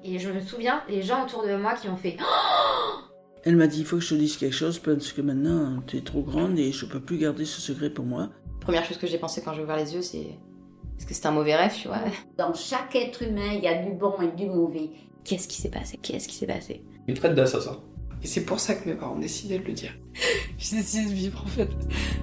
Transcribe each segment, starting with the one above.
Et je me souviens, les gens autour de moi qui ont fait Elle m'a dit, il faut que je te dise quelque chose parce que maintenant, tu es trop grande et je peux plus garder ce secret pour moi. Première chose que j'ai pensé quand j'ai ouvert les yeux, c'est est-ce que c'était un mauvais rêve, tu vois? Dans chaque être humain, il y a du bon et du mauvais. Qu'est-ce qui s'est passé? Qu'est-ce qui s'est passé? Une traite d'as à ça. Et c'est pour ça que mes parents ont décidé de le dire. J'ai décidé de vivre en fait.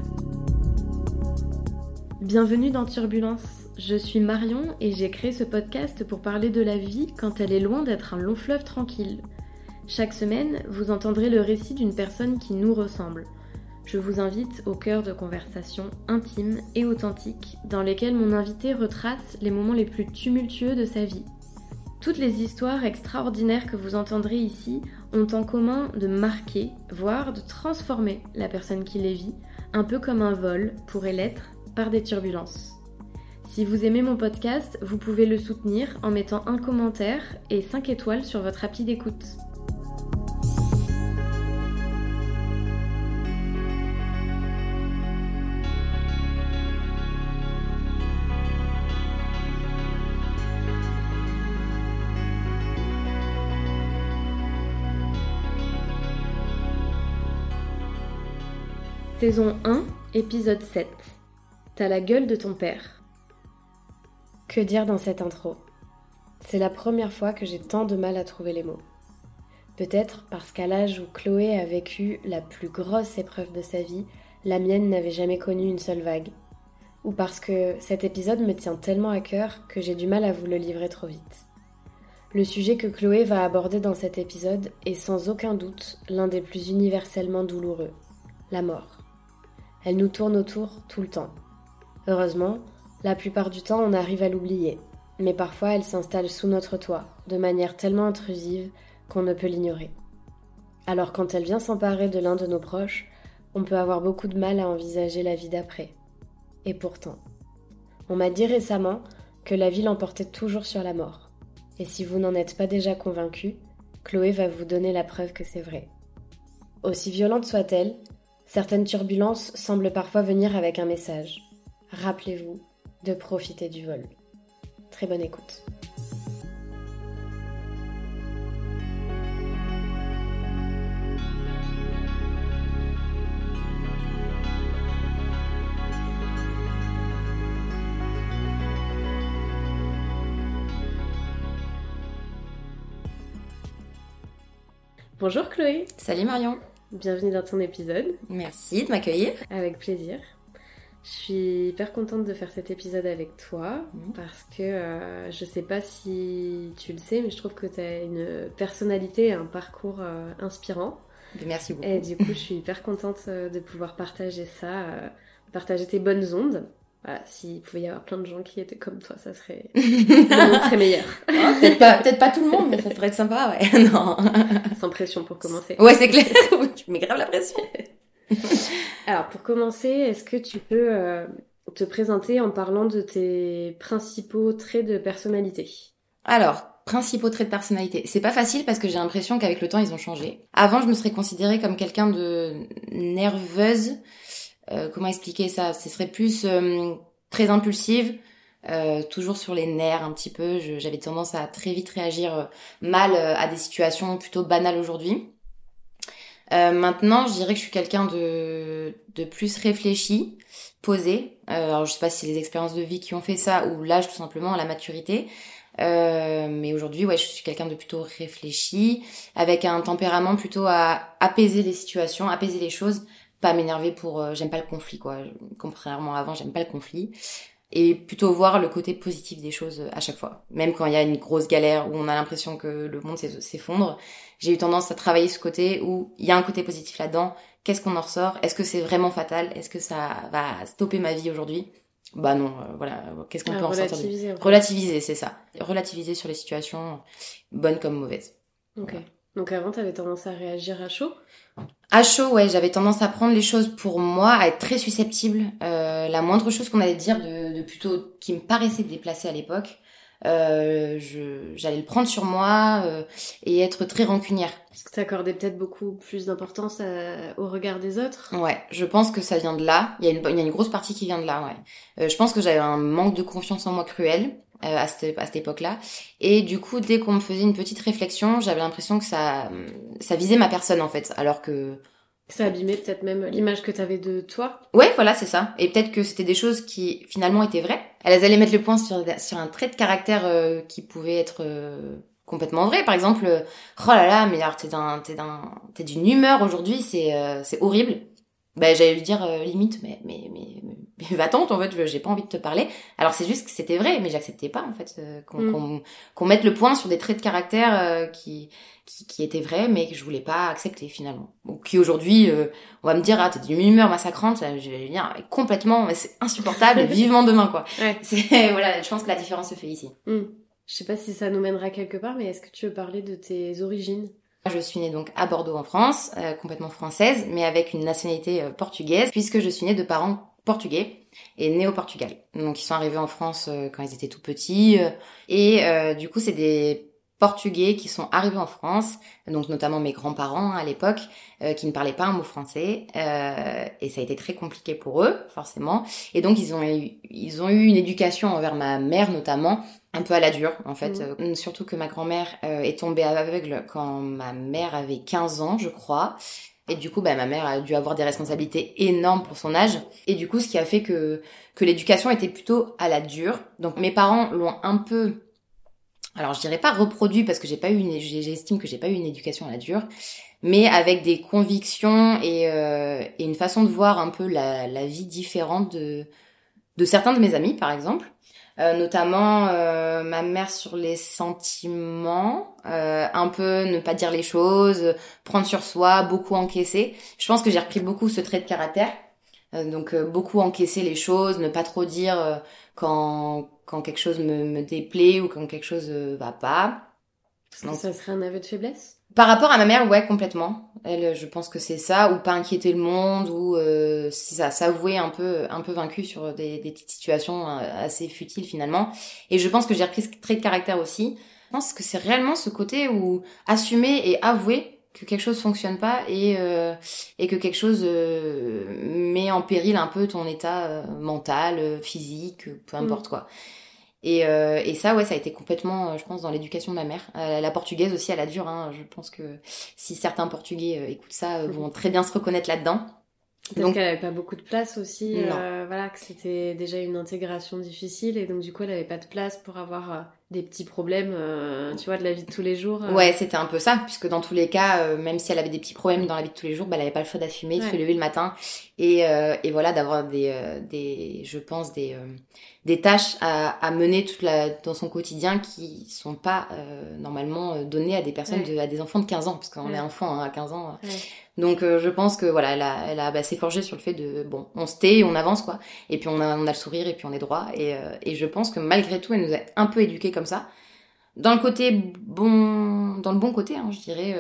Bienvenue dans Turbulence. Je suis Marion et j'ai créé ce podcast pour parler de la vie quand elle est loin d'être un long fleuve tranquille. Chaque semaine, vous entendrez le récit d'une personne qui nous ressemble. Je vous invite au cœur de conversations intimes et authentiques dans lesquelles mon invité retrace les moments les plus tumultueux de sa vie. Toutes les histoires extraordinaires que vous entendrez ici ont en commun de marquer, voire de transformer la personne qui les vit, un peu comme un vol pourrait l'être par des turbulences. Si vous aimez mon podcast, vous pouvez le soutenir en mettant un commentaire et 5 étoiles sur votre appli d'écoute. Saison 1, épisode 7. T'as la gueule de ton père. Que dire dans cette intro? C'est la première fois que j'ai tant de mal à trouver les mots. Peut-être parce qu'à l'âge où Chloé a vécu la plus grosse épreuve de sa vie, la mienne n'avait jamais connu une seule vague. Ou parce que cet épisode me tient tellement à cœur que j'ai du mal à vous le livrer trop vite. Le sujet que Chloé va aborder dans cet épisode est sans aucun doute l'un des plus universellement douloureux, la mort. Elle nous tourne autour tout le temps. Heureusement, la plupart du temps on arrive à l'oublier, mais parfois elle s'installe sous notre toit, de manière tellement intrusive qu'on ne peut l'ignorer. Alors quand elle vient s'emparer de l'un de nos proches, on peut avoir beaucoup de mal à envisager la vie d'après. Et pourtant, on m'a dit récemment que la vie l'emportait toujours sur la mort. Et si vous n'en êtes pas déjà convaincu, Chloé va vous donner la preuve que c'est vrai. Aussi violente soit-elle, certaines turbulences semblent parfois venir avec un message. Rappelez-vous de profiter du vol. Très bonne écoute. Bonjour Chloé. Salut Marion. Bienvenue dans ton épisode. Merci de m'accueillir. Avec plaisir. Je suis hyper contente de faire cet épisode avec toi parce que je sais pas si tu le sais, mais je trouve que tu as une personnalité et un parcours inspirant. Merci beaucoup. Et du coup, je suis hyper contente de pouvoir partager ça, partager tes bonnes ondes. Voilà, s'il pouvait y avoir plein de gens qui étaient comme toi, ça serait très meilleur. Oh, peut-être pas tout le monde, mais ça pourrait être sympa, ouais. Non. Sans pression pour commencer. Ouais, c'est clair. Tu mets grave la pression. Alors, pour commencer, est-ce que tu peux te présenter en parlant de tes principaux traits de personnalité? Alors, principaux traits de personnalité. C'est pas facile parce que j'ai l'impression qu'avec le temps, ils ont changé. Avant, je me serais considérée comme quelqu'un de nerveuse. Comment expliquer ça? Ce serait plus très impulsive, toujours sur les nerfs un petit peu. J'avais tendance à très vite réagir mal à des situations plutôt banales aujourd'hui. Maintenant, je dirais que je suis quelqu'un de plus réfléchi, posé. Alors, je sais pas si c'est les expériences de vie qui ont fait ça ou l'âge tout simplement, la maturité. Mais aujourd'hui, ouais, je suis quelqu'un de plutôt réfléchi, avec un tempérament plutôt à apaiser les situations, apaiser les choses, pas m'énerver pour... j'aime pas le conflit, quoi. Contrairement à avant, j'aime pas le conflit. Et plutôt voir le côté positif des choses à chaque fois. Même quand il y a une grosse galère où on a l'impression que le monde s'effondre, j'ai eu tendance à travailler ce côté où il y a un côté positif là-dedans. Qu'est-ce qu'on en ressort? Est-ce que c'est vraiment fatal? Est-ce que ça va stopper ma vie aujourd'hui? Bah non, voilà. Qu'est-ce qu'on peut en sortir? Relativiser, c'est ça. Relativiser sur les situations, bonnes comme mauvaises. Ok. Voilà. Donc avant, t'avais tendance à réagir à chaud? À chaud, ouais, j'avais tendance à prendre les choses pour moi, à être très susceptible. La moindre chose qu'on allait dire de plutôt qui me paraissait déplacée à l'époque, j'allais le prendre sur moi et être très rancunière. Est-ce que t'accordais peut-être beaucoup plus d'importance au regard des autres? Ouais, je pense que ça vient de là. Il y a une grosse partie qui vient de là, ouais. Je pense que j'avais un manque de confiance en moi cruel à cette époque-là. Et du coup, dès qu'on me faisait une petite réflexion, j'avais l'impression que ça visait ma personne, en fait. Alors que... Ça abîmait peut-être même l'image que t'avais de toi. Ouais, voilà, c'est ça. Et peut-être que c'était des choses qui, finalement, étaient vraies. Elles allaient mettre le point sur un trait de caractère qui pouvait être... complètement vrai. Par exemple, oh là là, mais alors t'es d'une humeur aujourd'hui, c'est horrible. Ben j'allais lui dire limite, mais va-t'en, en fait, j'ai pas envie de te parler. Alors c'est juste que c'était vrai, mais j'acceptais pas en fait qu'on mette le point sur des traits de caractère qui étaient vrais, mais que je voulais pas accepter finalement. Donc qui aujourd'hui, on va me dire t'es d'une humeur massacrante, je vais lui dire complètement, mais c'est insupportable, vivement demain quoi. Ouais. Voilà, je pense que la différence se fait ici. Je sais pas si ça nous mènera quelque part, mais est-ce que tu veux parler de tes origines? Je suis née donc à Bordeaux en France, complètement française, mais avec une nationalité portugaise, puisque je suis née de parents portugais et née au Portugal. Donc ils sont arrivés en France quand ils étaient tout petits, et du coup c'est des Portugais qui sont arrivés en France, donc notamment mes grands-parents à l'époque, qui ne parlaient pas un mot français, et ça a été très compliqué pour eux, forcément. Et donc ils ont eu une éducation envers ma mère notamment, un peu à la dure en fait. Surtout que ma grand-mère est tombée aveugle quand ma mère avait 15 ans, je crois. Et du coup, ma mère a dû avoir des responsabilités énormes pour son âge. Et du coup, ce qui a fait que l'éducation était plutôt à la dure. Donc mes parents l'ont un peu... Alors je dirais pas reproduit parce que j'estime que j'ai pas eu une éducation à la dure, mais avec des convictions et une façon de voir un peu la vie différente de certains de mes amis par exemple, notamment ma mère sur les sentiments, un peu ne pas dire les choses, prendre sur soi, beaucoup encaisser. Je pense que j'ai repris beaucoup ce trait de caractère. Donc beaucoup encaisser les choses, ne pas trop dire quand quelque chose me déplaît ou quand quelque chose va pas. Donc, ça serait un aveu de faiblesse? Par rapport à ma mère, ouais, complètement. Elle, je pense que c'est ça, ou pas inquiéter le monde, ou c'est ça, s'avouer un peu vaincu sur des petites situations assez futiles finalement. Et je pense que j'ai repris ce trait de caractère aussi. Je pense que c'est réellement ce côté où assumer et avouer que quelque chose fonctionne pas et que quelque chose met en péril un peu ton état mental, physique, peu importe quoi. Et ça, ouais, ça a été complètement, je pense, dans l'éducation de ma mère. La portugaise aussi, à la dure, hein. Je pense que si certains Portugais écoutent ça, vont très bien se reconnaître là-dedans. Donc qu'elle avait pas beaucoup de place aussi, Non. voilà, que c'était déjà une intégration difficile et donc du coup elle avait pas de place pour avoir des petits problèmes, tu vois, de la vie de tous les jours. Ouais, c'était un peu ça, puisque dans tous les cas, même si elle avait des petits problèmes dans la vie de tous les jours, elle avait pas le choix d'assumer, de se lever le matin et voilà, d'avoir je pense des tâches à mener dans son quotidien qui sont pas normalement données à des personnes, à des enfants de 15 ans, parce qu'on est enfant à 15 ans. Donc je pense que voilà, elle a s'est forgée sur le fait de on se tait, on avance quoi, et puis on a le sourire et puis on est droit et je pense que malgré tout elle nous a un peu éduqués comme ça. Dans le bon côté, hein, je dirais,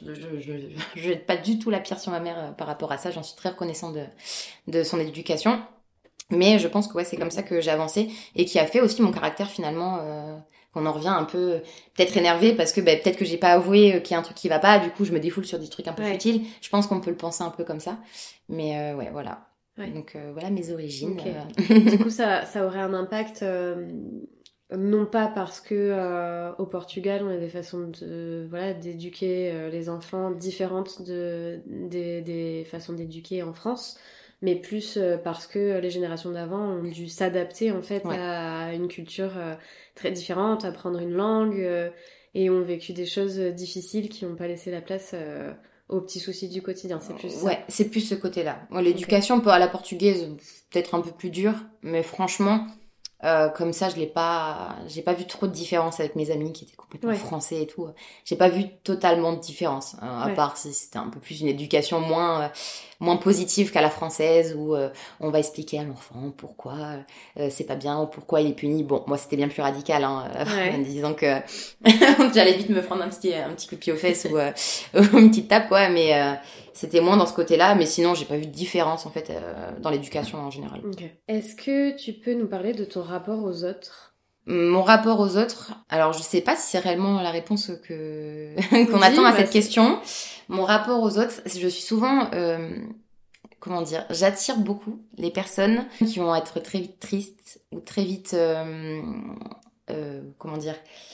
je jette pas du tout la pierre sur ma mère par rapport à ça, j'en suis très reconnaissante de son éducation. Mais je pense que ouais, c'est comme ça que j'ai avancé et qui a fait aussi mon caractère finalement, qu'on en revient un peu peut-être énervé parce que peut-être que j'ai pas avoué qu'il y a un truc qui va pas, du coup je me défoule sur des trucs un peu futiles. Je pense qu'on peut le penser un peu comme ça. Mais ouais, voilà. Ouais. Donc voilà mes origines. Okay. Du coup ça aurait un impact non pas parce que au Portugal on a des façons d'éduquer les enfants différentes des façons d'éduquer en France. Mais plus parce que les générations d'avant ont dû s'adapter en fait à une culture très différente, apprendre une langue et ont vécu des choses difficiles qui n'ont pas laissé la place aux petits soucis du quotidien. C'est plus ça. Ouais, c'est plus ce côté-là. L'éducation à la portugaise, peut-être un peu plus dure, mais franchement, comme ça, j'ai pas vu trop de différence avec mes amis qui étaient complètement français et tout. J'ai pas vu totalement de différence, à part si c'était un peu plus une éducation moins positive qu'à la française où on va expliquer à l'enfant pourquoi c'est pas bien ou pourquoi il est puni. Bon, moi c'était bien plus radical en disant que j'allais vite me prendre un petit coup de pied aux fesses ou une petite tape quoi, mais c'était moins dans ce côté-là, mais sinon j'ai pas vu de différence en fait dans l'éducation en général. Okay. Est-ce que tu peux nous parler de ton rapport aux autres ? Mon rapport aux autres, alors je sais pas si c'est réellement la réponse que qu'on attend à cette question. Mon rapport aux autres, je suis souvent, comment dire, j'attire beaucoup les personnes qui vont être très vite tristes ou très vite, comment dire,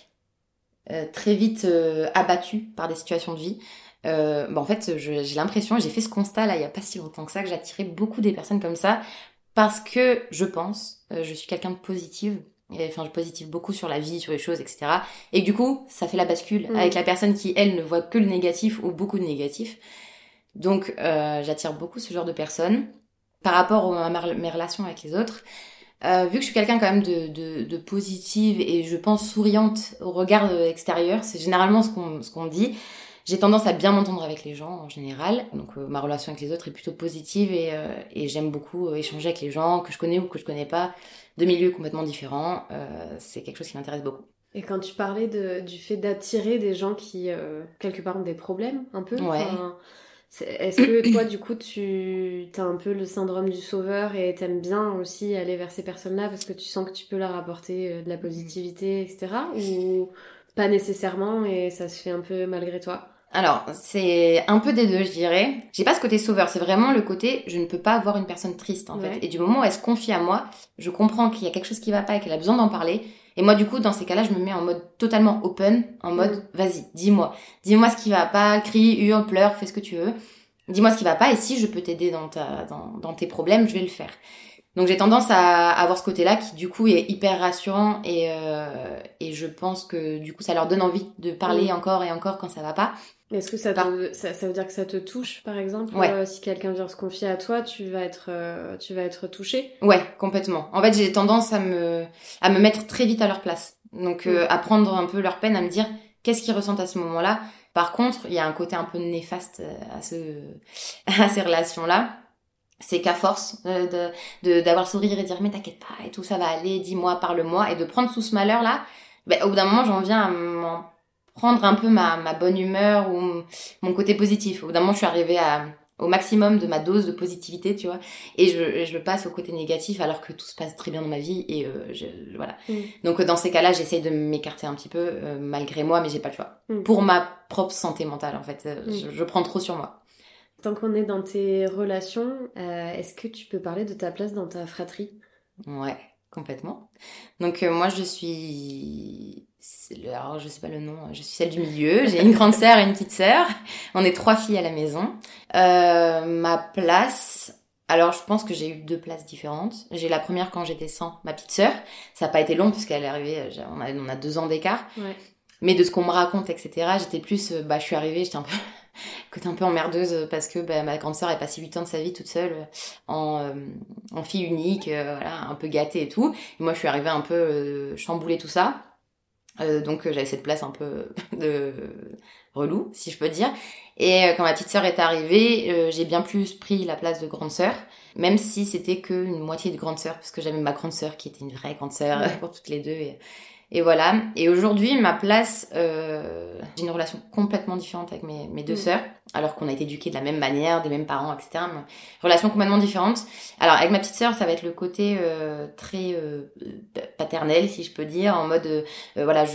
très vite abattues par des situations de vie. En fait, j'ai l'impression, j'ai fait ce constat là il y a pas si longtemps que ça, que j'attirais beaucoup des personnes comme ça parce que je pense, je suis quelqu'un de positive. Enfin, je positive beaucoup sur la vie, sur les choses, etc. Et du coup, ça fait la bascule avec la personne qui, elle, ne voit que le négatif ou beaucoup de négatif. Donc, j'attire beaucoup ce genre de personnes. Par rapport à mes relations avec les autres, vu que je suis quelqu'un quand même de positive et je pense souriante au regard extérieur, c'est généralement ce qu'on dit. J'ai tendance à bien m'entendre avec les gens en général, donc ma relation avec les autres est plutôt positive et j'aime beaucoup échanger avec les gens que je connais ou que je connais pas, de milieux complètement différents. C'est quelque chose qui m'intéresse beaucoup. Et quand tu parlais du fait d'attirer des gens qui, quelque part, ont des problèmes, un peu, Ouais. Est-ce que toi, du coup, tu as un peu le syndrome du sauveur et t'aimes bien aussi aller vers ces personnes-là parce que tu sens que tu peux leur apporter de la positivité, etc. Ou pas nécessairement et ça se fait un peu malgré toi? Alors, c'est un peu des deux, je dirais. J'ai pas ce côté sauveur, c'est vraiment le côté je ne peux pas avoir une personne triste, en fait. Et du moment où elle se confie à moi, je comprends qu'il y a quelque chose qui va pas et qu'elle a besoin d'en parler. Et moi, du coup, dans ces cas-là, je me mets en mode totalement open, en mode vas-y, dis-moi. Dis-moi ce qui va pas, crie, hurle, pleure, fais ce que tu veux. Dis-moi ce qui va pas et si je peux t'aider dans tes problèmes, je vais le faire. Donc j'ai tendance à avoir ce côté-là qui du coup est hyper rassurant et je pense que du coup ça leur donne envie de parler encore et encore quand ça va pas. Est-ce que ça veut dire que ça te touche, par exemple? Ouais. Si quelqu'un vient se confier à toi, tu vas être touché? Ouais, complètement. En fait, j'ai tendance à me mettre très vite à leur place. Donc, à prendre un peu leur peine, à me dire qu'est-ce qu'ils ressentent à ce moment-là. Par contre, il y a un côté un peu néfaste à ces relations-là. C'est qu'à force d'avoir le sourire et dire mais t'inquiète pas et tout ça va aller, dis-moi, parle-moi et de prendre tout ce malheur-là, au bout d'un moment, j'en viens à m'en prendre un peu ma bonne humeur ou mon côté positif. Au bout d'un moment, je suis arrivée au maximum de ma dose de positivité, tu vois, et je passe au côté négatif alors que tout se passe très bien dans ma vie et voilà. Donc dans ces cas-là, j'essaye de m'écarter un petit peu malgré moi, mais j'ai pas le choix. Pour ma propre santé mentale, en fait, je prends trop sur moi. Tant qu'on est dans tes relations, est-ce que tu peux parler de ta place dans ta fratrie? Ouais, complètement. Donc moi je suis... Alors je sais pas le nom, je suis celle du milieu. J'ai une grande sœur et une petite sœur. On est 3 filles à la maison. Ma place... Alors je pense que j'ai eu 2 places différentes. J'ai la première quand j'étais sans ma petite sœur. Ça n'a pas été long puisqu'elle est arrivée, on a 2 ans d'écart. Ouais. Mais de ce qu'on me raconte, etc., j'étais plus... je suis arrivée, j'étais un peu... côté un peu emmerdeuse parce que ma grande sœur est passée 8 ans de sa vie toute seule en fille unique, voilà, un peu gâtée et tout. Et moi, je suis arrivée un peu chambouler tout ça. Donc, j'avais cette place un peu de relou, si je peux dire. Et quand ma petite sœur est arrivée, j'ai bien plus pris la place de grande sœur, même si c'était qu'une moitié de grande sœur, parce que j'avais ma grande sœur qui était une vraie grande sœur pour toutes les deux. Et voilà. Et aujourd'hui, ma place, j'ai une relation complètement différente avec mes 2 sœurs, alors qu'on a été éduquées de la même manière, des mêmes parents, etc. Mais relation complètement différente. Alors, avec ma petite sœur, ça va être le côté très paternel, si je peux dire, en mode, voilà,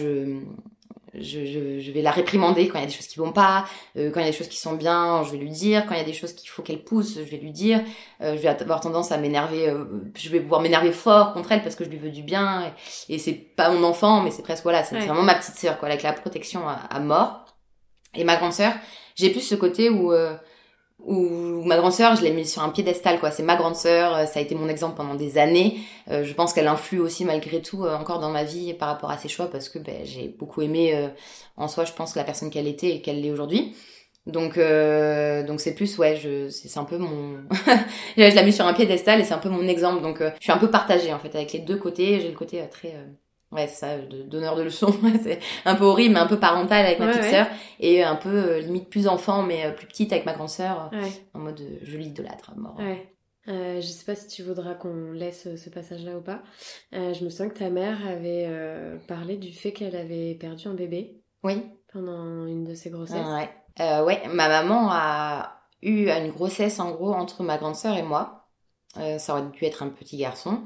je vais la réprimander quand il y a des choses qui vont pas, quand il y a des choses qui sont bien, je vais lui dire, quand il y a des choses qu'il faut qu'elle pousse, je vais lui dire, je vais avoir tendance à m'énerver, je vais pouvoir m'énerver fort contre elle parce que je lui veux du bien, et c'est pas mon enfant, mais c'est presque, voilà, c'est vraiment ma petite sœur, quoi, avec la protection à mort. Et ma grande sœur, j'ai plus ce côté où ma grande sœur, je l'ai mise sur un piédestal, quoi. C'est ma grande sœur, ça a été mon exemple pendant des années. Je pense qu'elle influe aussi malgré tout encore dans ma vie par rapport à ses choix parce que j'ai beaucoup aimé en soi, je pense, la personne qu'elle était et qu'elle l'est aujourd'hui. Donc c'est plus, c'est un peu mon... je l'ai mis sur un piédestal et c'est un peu mon exemple. Donc je suis un peu partagée en fait avec les 2 côtés. J'ai le côté très... ouais, c'est ça, donneur de leçons. C'est un peu horrible, mais un peu parental avec ma petite sœur. Et un peu, limite, plus enfant, mais plus petite avec ma grande sœur. En mode, je l'idolâtre à mort. Ouais. Je sais pas si tu voudras qu'on laisse ce passage-là ou pas. Je me souviens que ta mère avait parlé du fait qu'elle avait perdu un bébé. Oui. Pendant une de ses grossesses. Ouais, ma maman a eu une grossesse, en gros, entre ma grande sœur et moi. Ça aurait dû être un petit garçon.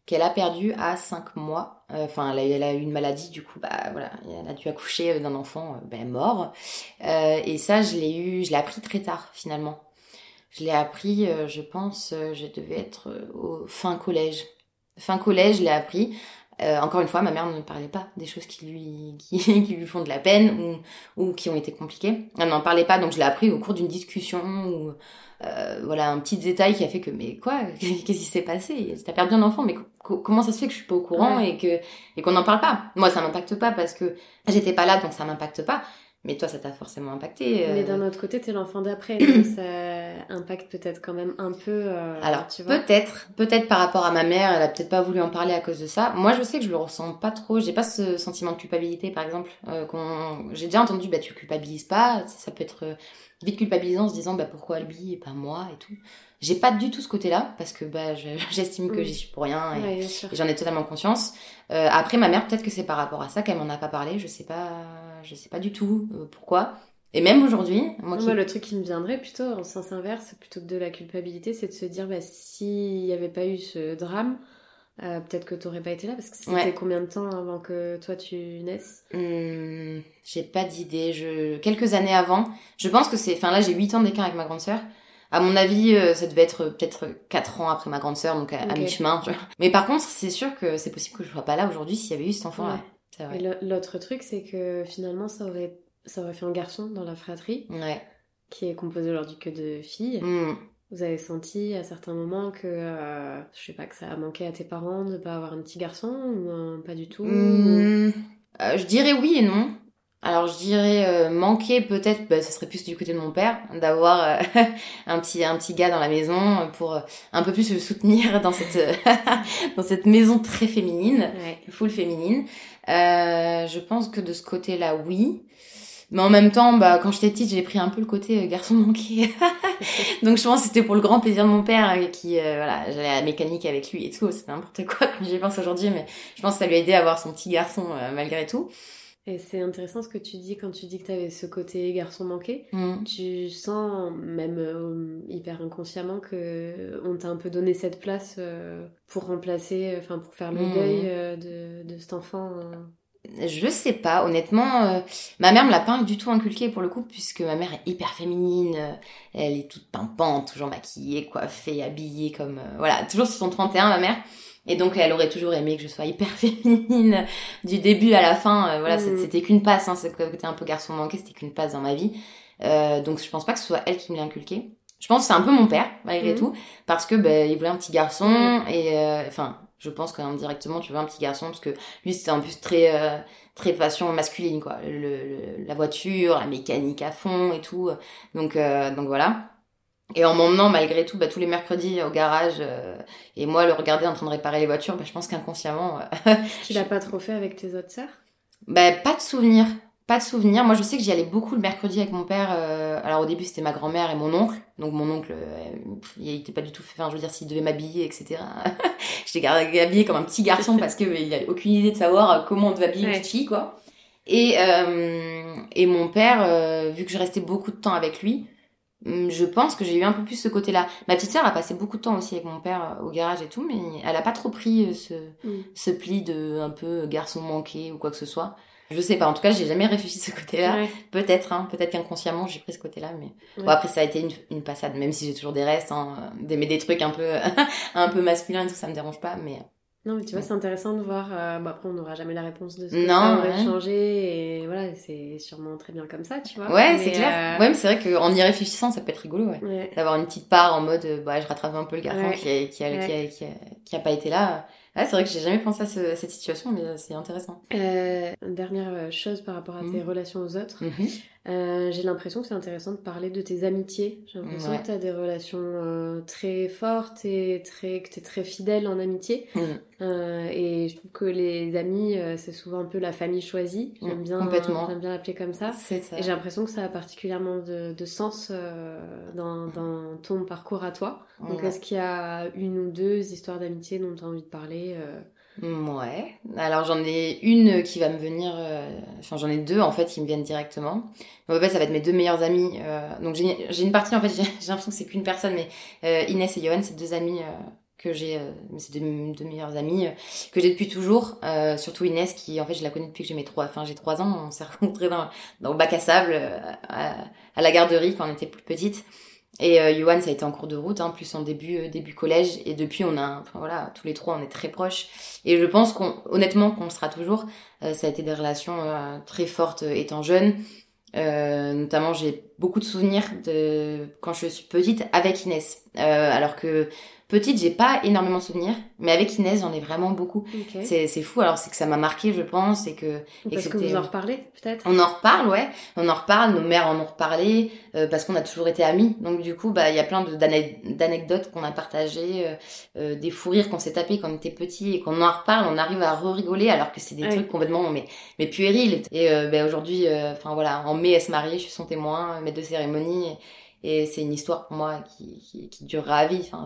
qu'elle a perdu à 5 mois. Enfin, elle a eu une maladie, du coup, voilà, elle a dû accoucher d'un enfant mort. Et ça, je l'ai appris très tard, finalement. Je l'ai appris, je pense, je devais être au fin collège. Fin collège, je l'ai appris. Encore une fois, ma mère ne parlait pas des choses qui lui font de la peine ou qui ont été compliquées. Elle n'en parlait pas, donc je l'ai appris au cours d'une discussion ou voilà, un petit détail qui a fait que, mais quoi, qu'est-ce qui s'est passé? T'as perdu un enfant, mais comment ça se fait que je suis pas au courant et qu'on n'en parle pas? Moi, ça m'impacte pas parce que j'étais pas là, donc ça m'impacte pas. Mais toi, ça t'a forcément impacté. Mais d'un autre côté, t'es l'enfant d'après, donc ça impacte peut-être quand même un peu. Alors, tu vois. peut-être par rapport à ma mère, elle a peut-être pas voulu en parler à cause de ça. Moi, je sais que je le ressens pas trop. J'ai pas ce sentiment de culpabilité, par exemple. J'ai déjà entendu, tu culpabilises pas. Ça peut être vite culpabilisant en se disant, pourquoi lui et pas moi et tout. J'ai pas du tout ce côté-là parce que j'estime que j'y suis pour rien et j'en ai totalement conscience. Après, ma mère, peut-être que c'est par rapport à ça qu'elle m'en a pas parlé. Je sais pas du tout pourquoi. Et même aujourd'hui, moi, le truc qui me viendrait plutôt en sens inverse, plutôt que de la culpabilité, c'est de se dire, s'il y avait pas eu ce drame, peut-être que t'aurais pas été là, parce que c'était combien de temps avant que toi tu naisses? J'ai pas d'idée. Quelques années avant, je pense que là j'ai 8 ans d'écart avec ma grande sœur. À mon avis, ça devait être peut-être 4 ans après ma grande sœur, donc à mi-chemin. Tu vois. Mais par contre, c'est sûr que c'est possible que je sois pas là aujourd'hui s'il y avait eu cet enfant-là. C'est vrai. Et l'autre truc, c'est que finalement, ça aurait fait un garçon dans la fratrie, qui est composé aujourd'hui que de filles. Vous avez senti à certains moments que, je sais pas, que ça a manqué à tes parents de pas avoir un petit garçon ou pas du tout? Je dirais oui et non. Alors je dirais manquer peut-être, ce serait plus du côté de mon père, d'avoir un petit gars dans la maison pour un peu plus le soutenir dans cette maison très féminine, full féminine. Je pense que de ce côté-là, oui. Mais en même temps, quand j'étais petite, j'ai pris un peu le côté garçon manqué. Donc je pense que c'était pour le grand plaisir de mon père qui, j'allais à la mécanique avec lui et tout. C'était n'importe quoi quand j'y pense aujourd'hui, mais je pense que ça lui a aidé à avoir son petit garçon malgré tout. Et c'est intéressant ce que tu dis quand tu dis que tu avais ce côté garçon manqué. Tu sens, même hyper inconsciemment, que on t'a un peu donné cette place pour remplacer, pour faire le deuil de cet enfant. Je sais pas, honnêtement, ma mère me l'a pas du tout inculqué pour le coup, puisque ma mère est hyper féminine, elle est toute pimpante, toujours maquillée, coiffée, habillée comme... toujours sur son 31, ma mère. Et donc, elle aurait toujours aimé que je sois hyper féminine du début à la fin. C'était qu'une passe, ce côté un peu garçon manqué, c'était qu'une passe dans ma vie. Donc, je pense pas que ce soit elle qui me l'a inculqué. Je pense que c'est un peu mon père, malgré tout, parce que il voulait un petit garçon, et je pense qu'indirectement, tu veux un petit garçon, parce que lui, c'était en plus très passion masculine, quoi. La voiture, la mécanique à fond et tout. Donc voilà. Et en m'emmenant malgré tout tous les mercredis au garage et moi le regarder en train de réparer les voitures, je pense qu'inconsciemment... Tu l'as pas trop fait avec tes autres sœurs? Pas de souvenir. Moi je sais que j'y allais beaucoup le mercredi avec mon père. Alors au début c'était ma grand-mère et mon oncle. Donc mon oncle, il était pas du tout fait... je veux dire, s'il devait m'habiller, etc. J'étais habillée comme un petit garçon parce qu'il avait aucune idée de savoir comment on devait habiller une petite fille, quoi. Et mon père, vu que je restais beaucoup de temps avec lui, je pense que j'ai eu un peu plus ce côté-là. Ma petite sœur a passé beaucoup de temps aussi avec mon père au garage et tout, mais elle a pas trop pris ce pli de un peu garçon manqué ou quoi que ce soit. Je sais pas, en tout cas, j'ai jamais réfléchi de ce côté-là. Peut-être qu'inconsciemment, j'ai pris ce côté-là, mais bon, après, ça a été une passade, même si j'ai toujours des restes, d'aimer des trucs un peu masculins et tout, ça me dérange pas, mais... Non, mais tu vois, c'est intéressant de voir... après, on n'aura jamais la réponse de ce que ça aurait changé, et voilà, c'est sûrement très bien comme ça, tu vois. Ouais, c'est clair. Ouais, mais c'est vrai qu'en y réfléchissant, ça peut être rigolo, d'avoir une petite part en mode, je rattrape un peu le garçon qui a pas été là. Ouais, c'est vrai que j'ai jamais pensé à cette situation, mais c'est intéressant. Dernière chose par rapport à tes relations aux autres. J'ai l'impression que c'est intéressant de parler de tes amitiés. J'ai l'impression que tu as des relations très fortes et que tu es très fidèle en amitié. Et je trouve que les amis, c'est souvent un peu la famille choisie. J'aime bien l'appeler comme ça. C'est ça. Et j'ai l'impression que ça a particulièrement de sens dans ton parcours à toi. Donc est-ce qu'il y a une ou deux histoires d'amitié dont tu as envie de parler Ouais. Alors j'en ai une qui va me venir... j'en ai deux en fait qui me viennent directement. En fait ça va être mes deux meilleures amies. Donc j'ai une partie en fait, j'ai l'impression que c'est qu'une personne, mais Inès et Johan, c'est deux amies que j'ai, c'est deux meilleures amies que j'ai depuis toujours, surtout Inès qui en fait je la connais depuis que j'ai 3 ans, on s'est rencontrés dans le bac à sable à la garderie quand on était plus petite. Et Yoann, ça a été en cours de route, plus en début collège, et depuis tous les trois on est très proches, et je pense honnêtement qu'on le sera toujours. Ça a été des relations très fortes étant jeune. Notamment j'ai beaucoup de souvenirs de quand je suis petite avec Inès, alors que petite j'ai pas énormément de souvenirs, mais avec Inès j'en ai vraiment beaucoup. Okay. C'est fou, alors c'est que ça m'a marqué je pense, Parce que vous en reparlez peut-être. On en reparle, ouais, on en reparle, nos mères en ont reparlé, parce qu'on a toujours été amis, donc du coup il y a plein d'anecdotes qu'on a partagées, des fous rires qu'on s'est tapés quand on était petits, et qu'on en reparle, on arrive à rigoler alors que c'est des trucs complètement mais puérils. Et aujourd'hui, en mai elle se marie, je suis son témoin, maître de cérémonie, et c'est une histoire pour moi qui durera à vie.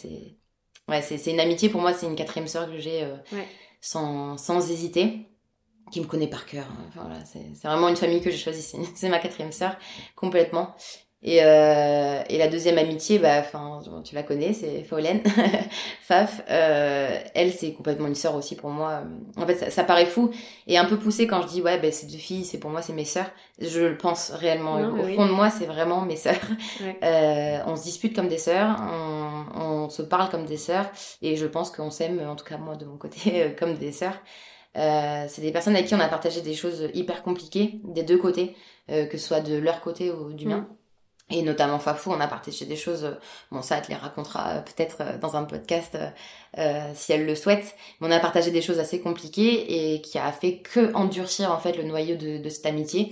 C'est une amitié pour moi, c'est une 4e sœur que j'ai sans hésiter, qui me connaît par cœur. C'est vraiment une famille que j'ai choisie, c'est ma 4e sœur complètement. Et la deuxième amitié, tu la connais, c'est Faolène, Faf. Elle, c'est complètement une sœur aussi pour moi. En fait, ça paraît fou et un peu poussé quand je dis ces 2 filles, c'est pour moi, c'est mes sœurs. Je le pense réellement. Au fond de moi, c'est vraiment mes sœurs. On se dispute comme des sœurs, on se parle comme des sœurs, et je pense qu'on s'aime, en tout cas moi de mon côté, comme des sœurs. C'est des personnes avec qui on a partagé des choses hyper compliquées des 2 côtés, que ce soit de leur côté ou du mien. Et notamment Fafou, on a partagé des choses, ça elle te les racontera peut-être dans un podcast si elle le souhaite, mais on a partagé des choses assez compliquées et qui a fait que endurcir en fait le noyau de cette amitié.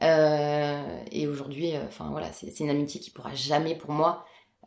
Et aujourd'hui, c'est une amitié qui pourra jamais pour moi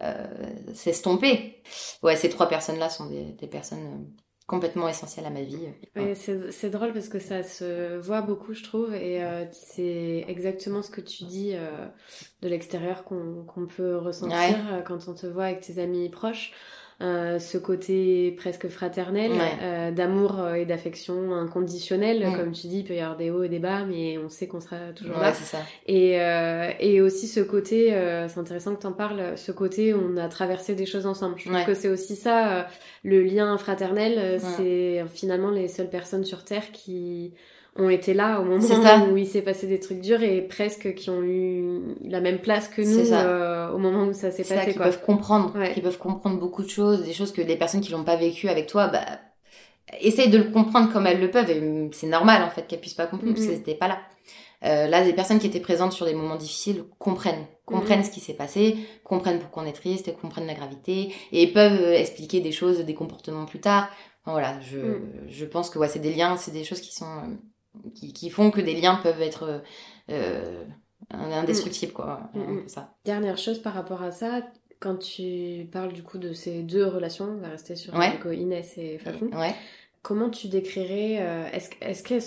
s'estomper. Ouais, ces 3 personnes-là sont des personnes complètement essentielles à ma vie. Ouais, c'est drôle parce que ça se voit beaucoup, je trouve, et c'est exactement ce que tu dis de l'extérieur qu'on peut ressentir quand on te voit avec tes amis proches. Ce côté presque fraternel, d'amour et d'affection inconditionnelle, comme tu dis, il peut y avoir des hauts et des bas, mais on sait qu'on sera toujours là. C'est ça. Et aussi ce côté, c'est intéressant que t'en parles, ce côté où on a traversé des choses ensemble. Je trouve que c'est aussi ça, le lien fraternel, c'est finalement les seules personnes sur Terre qui ont été là au moment où il s'est passé des trucs durs, et presque qui ont eu la même place que nous au moment où ça s'est passé. Qui peuvent comprendre beaucoup de choses, des choses que les personnes qui l'ont pas vécu avec toi, essayent de le comprendre comme elles le peuvent, et c'est normal en fait qu'elles puissent pas comprendre parce qu'elles n'étaient pas là. Là, les personnes qui étaient présentes sur les moments difficiles comprennent ce qui s'est passé, comprennent pourquoi on est triste, comprennent la gravité, et peuvent expliquer des choses, des comportements plus tard. Je pense que c'est des liens, c'est des choses qui sont qui font que des liens peuvent être indestructibles, ça. Dernière chose par rapport à ça, quand tu parles du coup de ces 2 relations, on va rester sur Inès et Fafou. Comment tu décrirais, est-ce qu'elles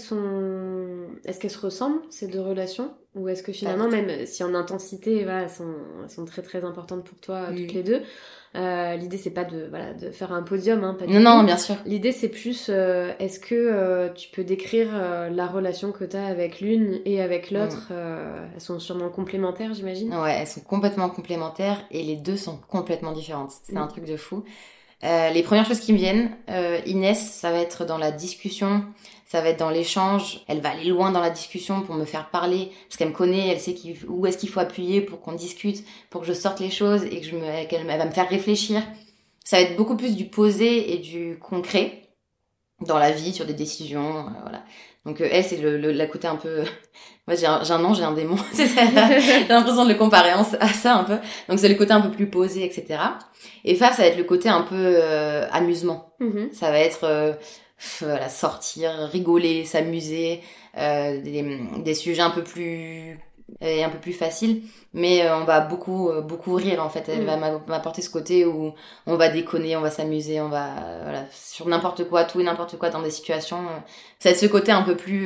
se ressemblent, ces 2 relations, ou est-ce que finalement, même si en intensité, elles sont très très importantes pour toi toutes les 2, l'idée c'est pas de faire un podium, pas du tout. Non, bien sûr. L'idée c'est plus, est-ce que tu peux décrire la relation que t'as avec l'une et avec l'autre, elles sont sûrement complémentaires, j'imagine. Ouais, elles sont complètement complémentaires, et les 2 sont complètement différentes. C'est un truc de fou. Les premières choses qui me viennent, Inès, ça va être dans la discussion, ça va être dans l'échange. Elle va aller loin dans la discussion pour me faire parler, parce qu'elle me connaît, elle sait où est-ce qu'il faut appuyer pour qu'on discute, pour que je sorte les choses, et qu'elle va me faire réfléchir. Ça va être beaucoup plus du posé et du concret dans la vie, sur des décisions, Donc elle, c'est la côté un peu... Moi, j'ai un ange, j'ai un démon. J'ai l'impression de le comparer à ça un peu. Donc c'est le côté un peu plus posé, etc. Et Faf, ça va être le côté un peu amusement. Ça va être sortir, rigoler, s'amuser, des sujets un peu plus faciles, mais on va beaucoup rire en fait. Elle va m'apporter ce côté où on va déconner, on va s'amuser, on va sur n'importe quoi, tout et n'importe quoi dans des situations. Ça va être ce côté un peu plus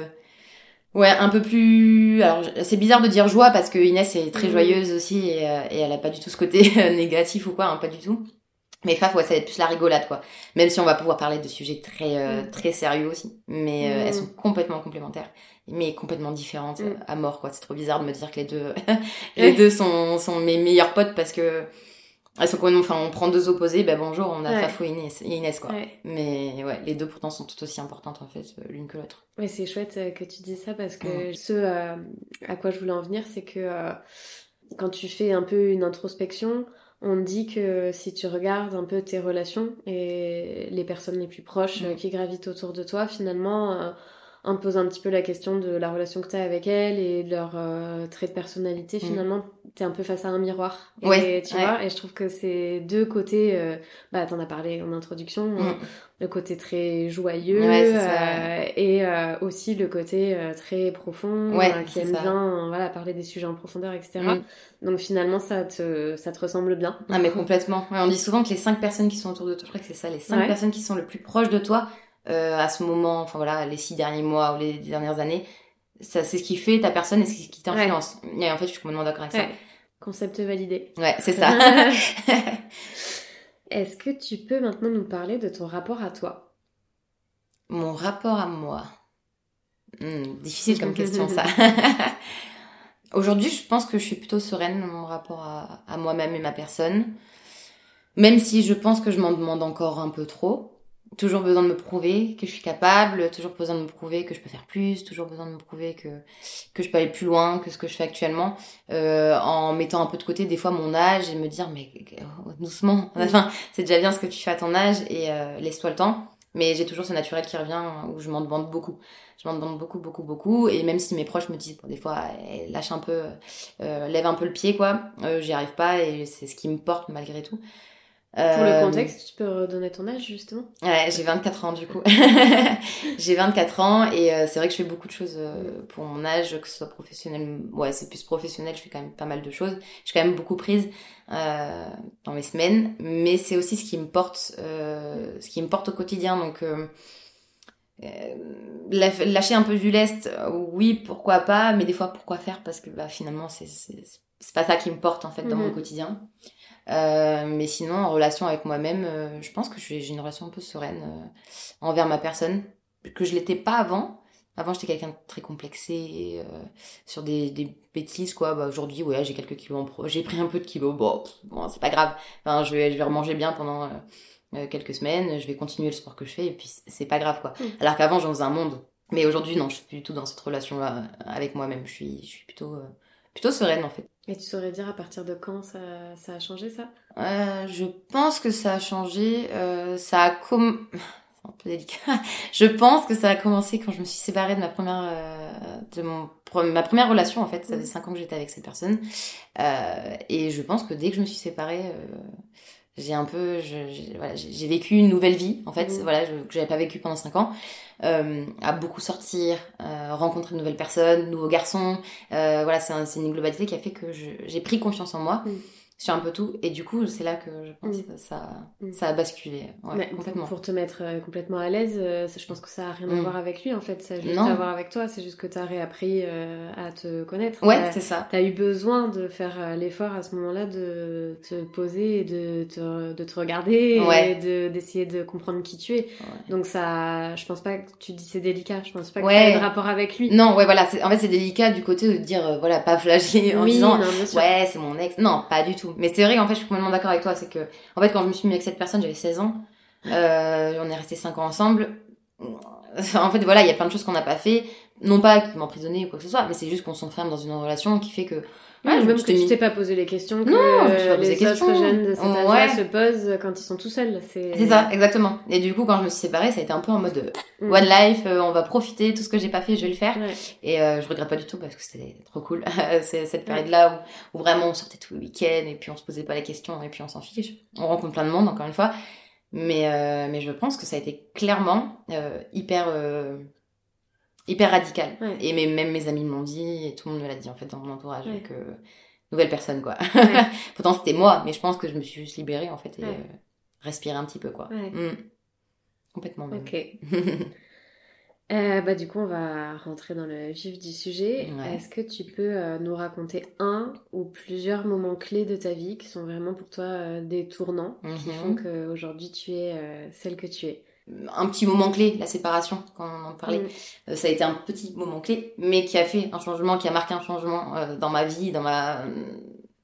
un peu plus... Alors, c'est bizarre de dire joie parce que Inès est très joyeuse aussi, et elle a pas du tout ce côté négatif ou quoi, pas du tout. Mais Faf, ça va être plus la rigolade, Même si on va pouvoir parler de sujets très très sérieux aussi. Mais elles sont complètement complémentaires, mais complètement différentes à mort, C'est trop bizarre de me dire que les deux sont mes meilleurs potes, parce que Elles sont complètement, enfin, on prend deux opposés, ben bonjour, on a Ouais. Fafo et Inès, quoi. Ouais. Mais ouais, les deux pourtant sont tout aussi importantes en fait, l'une que l'autre. Ouais, c'est chouette que tu dis ça parce que ce à quoi je voulais en venir, c'est que quand tu fais un peu une introspection, on dit que si tu regardes un peu tes relations et les personnes les plus proches qui gravitent autour de toi, finalement, on te pose un petit peu la question de la relation que tu as avec elles et de leurs traits de personnalité. Finalement, t'es un peu face à un miroir. Et Ouais, tu ouais. vois, et je trouve que c'est deux côtés, t'en as parlé en introduction, le côté très joyeux Ouais, c'est ça. et aussi le côté très profond, Ouais, qui c'est aime ça. bien voilà, parler des sujets en profondeur, etc. Donc finalement, ça te ressemble bien. Ah mais complètement. Ouais, on dit souvent que les 5 personnes qui sont autour de toi, je crois que c'est ça, les 5 Ouais. personnes qui sont le plus proches de toi à ce moment, enfin voilà, les 6 derniers mois ou les 10 dernières années, ça c'est ce qui fait ta personne et ce qui t'influence. Et en fait, je suis complètement d'accord avec ça. Ouais. Concept validé. Ouais, c'est ça. Est-ce que tu peux maintenant nous parler de ton rapport à toi? Mon rapport à moi. Difficile comme question ça. Aujourd'hui, je pense que je suis plutôt sereine dans mon rapport à moi-même et ma personne. Même si je pense que je m'en demande encore un peu trop. Toujours besoin de me prouver que je suis capable, toujours besoin de me prouver que je peux faire plus, toujours besoin de me prouver que je peux aller plus loin que ce que je fais actuellement, en mettant un peu de côté des fois mon âge et me dire mais doucement, enfin c'est déjà bien ce que tu fais à ton âge et laisse-toi le temps. Mais j'ai toujours ce naturel qui revient où je m'en demande beaucoup. Je m'en demande beaucoup et même si mes proches me disent des fois lâche un peu, lève un peu le pied quoi, j'y arrive pas et c'est ce qui me porte malgré tout. Pour le contexte, tu peux redonner ton âge justement? Ouais, j'ai 24 ans du coup. J'ai 24 ans et c'est vrai que je fais beaucoup de choses pour mon âge, que ce soit professionnel. Ouais, c'est plus professionnel, je fais quand même pas mal de choses. Je suis quand même beaucoup prise dans mes semaines, mais c'est aussi ce qui me porte au quotidien. Donc lâcher un peu du lest, oui, pourquoi pas, mais des fois pourquoi faire parce que finalement c'est pas ça qui me porte en fait dans mon quotidien. Mais sinon en relation avec moi-même je pense que j'ai une relation un peu sereine envers ma personne que je l'étais pas avant j'étais quelqu'un de très complexé sur des bêtises quoi. Aujourd'hui ouais j'ai quelques kilos j'ai pris un peu de kilos, bon c'est pas grave, enfin, je vais remanger bien pendant quelques semaines, je vais continuer le sport que je fais et puis c'est pas grave quoi. Alors qu'avant j'en faisais un monde, mais aujourd'hui non, je suis plus du tout dans cette relation là avec moi-même, je suis plutôt sereine en fait. Et tu saurais dire à partir de quand ça a changé ça? Je pense que ça a changé. C'est un peu délicat. Je pense que ça a commencé quand je me suis séparée de ma première relation en fait. Ça faisait 5 ans que j'étais avec cette personne. Et je pense que dès que je me suis séparée, j'ai vécu une nouvelle vie en fait. Voilà, que j'avais pas vécu pendant 5 ans. À beaucoup sortir, rencontrer de nouvelles personnes, nouveaux garçons. Voilà, c'est une globalité qui a fait que j'ai pris confiance en moi sur un peu tout. Et du coup, c'est là que je pense que ça a basculé. Ouais, complètement. Pour te mettre complètement à l'aise, je pense que ça a rien à voir avec lui en fait. Ça a juste Non. à voir avec toi. C'est juste que t'as réappris à te connaître. Ouais, c'est ça. T'as eu besoin de faire l'effort à ce moment-là de te poser et de te regarder et d'essayer de comprendre qui tu es. Ouais. Donc ça, je pense pas que tu dis c'est délicat. Je pense pas que t'as de rapport avec lui. Non, ouais, voilà. En fait, c'est délicat du côté de dire, voilà, pas flasher en disant, ouais, c'est mon ex. Non, pas du tout. Mais c'est vrai qu'en fait, je suis complètement d'accord avec toi. C'est que, en fait, quand je me suis mis avec cette personne, j'avais 16 ans. On est restés 5 ans ensemble. En fait, voilà, il y a plein de choses qu'on n'a pas fait. Non pas qu'il m'emprisonnait ou quoi que ce soit, mais c'est juste qu'on s'enferme dans une relation qui fait que... Ouais, même que tu t'es pas posé les questions que les autres jeunes de cet âge-là se posent quand ils sont tout seuls. C'est ça, exactement. Et du coup, quand je me suis séparée, ça a été un peu en mode one life, on va profiter, tout ce que j'ai pas fait, je vais le faire. Ouais. Et je regrette pas du tout parce que c'était trop cool. C'est cette période-là où vraiment on sortait tous les week-ends et puis on se posait pas les questions et puis on s'en fiche. On rencontre plein de monde, encore une fois. Mais je pense que ça a été clairement hyper radical. Ouais. Et même mes amis me l'ont dit et tout le monde me l'a dit en fait dans mon entourage que nouvelle personne quoi. Ouais. Pourtant c'était moi, mais je pense que je me suis juste libérée en fait et respirer un petit peu quoi. Ouais. Complètement même. Ok. Du coup on va rentrer dans le vif du sujet. Ouais. Est-ce que tu peux nous raconter un ou plusieurs moments clés de ta vie qui sont vraiment pour toi des tournants qui font qu'aujourd'hui tu es celle que tu es? Un petit moment clé, la séparation, quand on en parlait. Ça a été un petit moment clé, mais qui a fait un changement, qui a marqué un changement dans ma vie, dans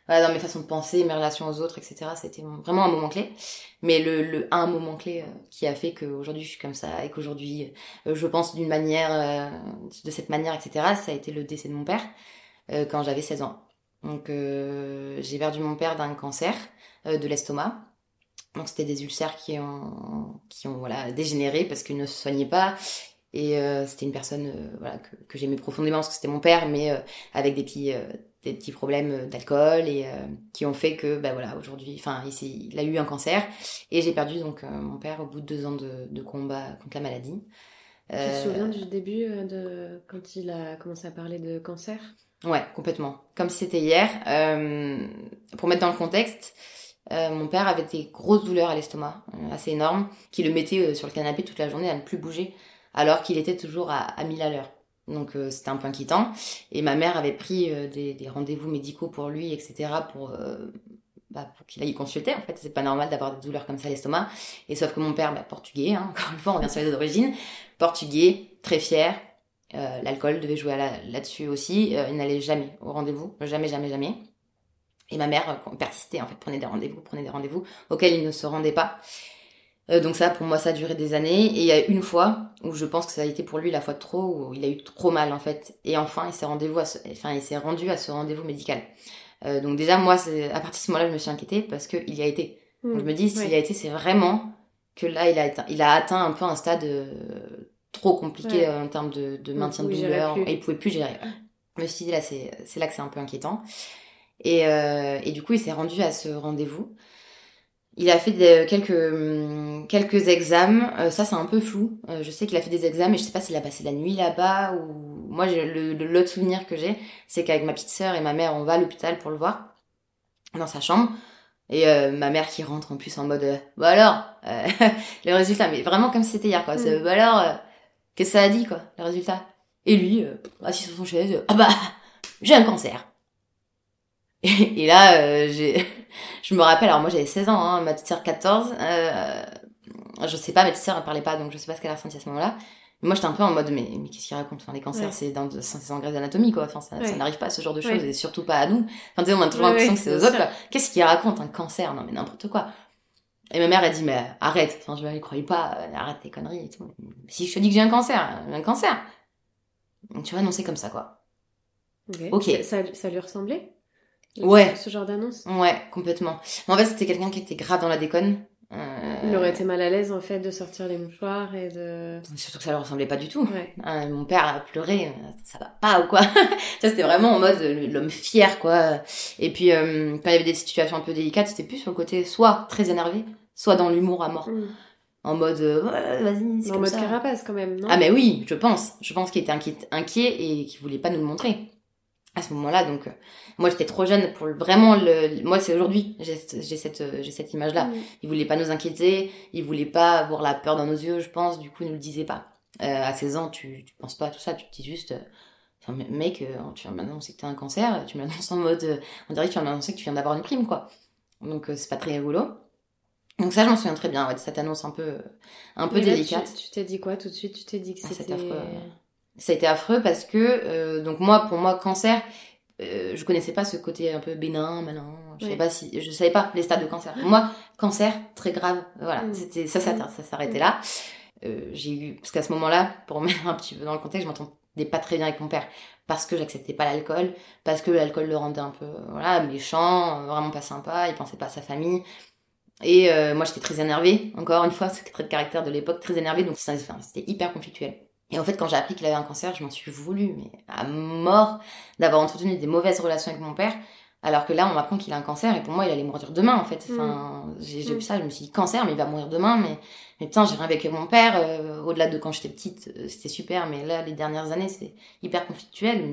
voilà, dans mes façons de penser, mes relations aux autres, etc. C'était vraiment un moment clé. Mais un moment clé qui a fait qu'aujourd'hui je suis comme ça et qu'aujourd'hui je pense d'une manière, de cette manière, etc. Ça a été le décès de mon père quand j'avais 16 ans. Donc j'ai perdu mon père d'un cancer de l'estomac. Donc c'était des ulcères qui ont voilà, dégénéré parce qu'ils ne se soignaient pas. Et c'était une personne voilà, que j'aimais profondément parce que c'était mon père, mais avec des petits problèmes d'alcool et qui ont fait que bah voilà, aujourd'hui, enfin il a eu un cancer et j'ai perdu donc mon père au bout de 2 ans de combat contre la maladie. Tu te souviens du début de quand il a commencé à parler de cancer? Ouais, complètement. Comme si c'était hier. Pour mettre dans le contexte, mon père avait des grosses douleurs à l'estomac, assez énormes, qui le mettaient sur le canapé toute la journée à ne plus bouger, alors qu'il était toujours à 1000 à l'heure. Donc c'était un peu inquiétant. Et ma mère avait pris des rendez-vous médicaux pour lui, etc., pour qu'il aille consulter. En fait, c'est pas normal d'avoir des douleurs comme ça à l'estomac. Et sauf que mon père, portugais, hein, encore une fois, on revient sur les origines, portugais, très fier. L'alcool devait jouer là-dessus aussi. Il n'allait jamais au rendez-vous, jamais. Et ma mère persistait, en fait, prenait des rendez-vous auxquels il ne se rendait pas. Donc ça, pour moi, ça a duré des années. Et il y a une fois où je pense que ça a été pour lui la fois de trop, où il a eu trop mal, en fait. Et enfin, il s'est rendu à ce rendez-vous médical. Donc déjà, moi, à partir de ce moment-là, je me suis inquiétée parce qu'il y a été. Donc je me dis, s'il y a été, c'est vraiment que là, il a atteint un peu un stade trop compliqué en termes de maintien de douleur. Et il pouvait plus gérer. Je me suis dit, là, c'est là que c'est un peu inquiétant. Et du coup, il s'est rendu à ce rendez-vous. Il a fait quelques examens. Ça, c'est un peu flou. Je sais qu'il a fait des examens, mais je sais pas s'il a passé la nuit là-bas ou... Moi, l'autre souvenir que j'ai, c'est qu'avec ma petite sœur et ma mère, on va à l'hôpital pour le voir, dans sa chambre. Et ma mère qui rentre en plus en mode bah alors, le résultat, mais vraiment comme si c'était hier, quoi. C'est, bah alors, qu'est-ce que ça a dit, quoi, le résultat? Et lui, assis sur son chaise, ah bah, j'ai un cancer. Et là, je me rappelle, alors moi j'avais 16 ans, hein, ma petite sœur 14, je sais pas, ma petite sœur elle parlait pas, donc je sais pas ce qu'elle a ressenti à ce moment-là. Mais moi j'étais un peu en mode, mais qu'est-ce qu'il raconte? Enfin, les cancers, c'est en grèce d'anatomie, quoi. Enfin, ça n'arrive pas, ce genre de choses, et surtout pas à nous. Enfin, tu sais, on a toujours l'impression que c'est aux autres, quoi. Qu'est-ce qu'il raconte, un cancer? Non, mais n'importe quoi. Et ma mère, elle dit, mais arrête, enfin, je ne croyais pas, arrête tes conneries et tout. Si je te dis que j'ai un cancer. Donc, tu vois, non, c'est comme ça, quoi. Ok. Ça lui ressemblait? Ouais. Ce genre d'annonce? Ouais, complètement. Mais en fait, c'était quelqu'un qui était grave dans la déconne. Il aurait été mal à l'aise, en fait, de sortir les mouchoirs et de... Surtout que ça lui ressemblait pas du tout. Ouais. Mon père a pleuré, ça va pas ou quoi. Ça, c'était vraiment en mode l'homme fier, quoi. Et puis, quand il y avait des situations un peu délicates, c'était plus sur le côté soit très énervé, soit dans l'humour à mort. En mode, ouais, vas-y, c'est en comme mode ça. carapace, quand même, non? Ah, mais oui, je pense qu'il était inquiet et qu'il voulait pas nous le montrer. À ce moment-là, donc moi j'étais trop jeune pour vraiment moi c'est aujourd'hui j'ai cette image là. Il voulait pas nous inquiéter, il voulait pas avoir la peur dans nos yeux, je pense, du coup il nous le disait pas. À 16 ans tu penses pas à tout ça, tu te dis juste mec, tu viens m'annoncer que t'as un cancer, tu m'annonces en mode on dirait que tu viens m'annoncer que tu viens d'avoir une prime, quoi. Donc c'est pas très rigolo. Donc ça je m'en souviens très bien, de cette annonce un peu délicate. Tu t'es dit quoi tout de suite? Tu t'es dit que c'était affreux. Ça a été affreux parce que, donc pour moi, cancer, je connaissais pas ce côté un peu bénin, malin. Je savais pas les stades de cancer. Pour moi, cancer, très grave. Voilà. C'était, ça s'arrêtait là. Parce qu'à ce moment-là, pour mettre un petit peu dans le contexte, je m'entendais pas très bien avec mon père. Parce que j'acceptais pas l'alcool. Parce que l'alcool le rendait un peu, méchant, vraiment pas sympa. Il pensait pas à sa famille. Et, moi, j'étais très énervée. Encore une fois, c'est le trait de caractère de l'époque, très énervée. Donc, c'était hyper conflictuel. Et en fait, quand j'ai appris qu'il avait un cancer, je m'en suis voulu, mais à mort, d'avoir entretenu des mauvaises relations avec mon père, alors que là, on m'apprend qu'il a un cancer, et pour moi, il allait mourir demain, en fait. Enfin, j'ai vu ça, je me suis dit, cancer, mais il va mourir demain, mais putain, j'ai rien vécu avec mon père, au-delà de quand j'étais petite, c'était super, mais là, les dernières années, c'est hyper conflictuel,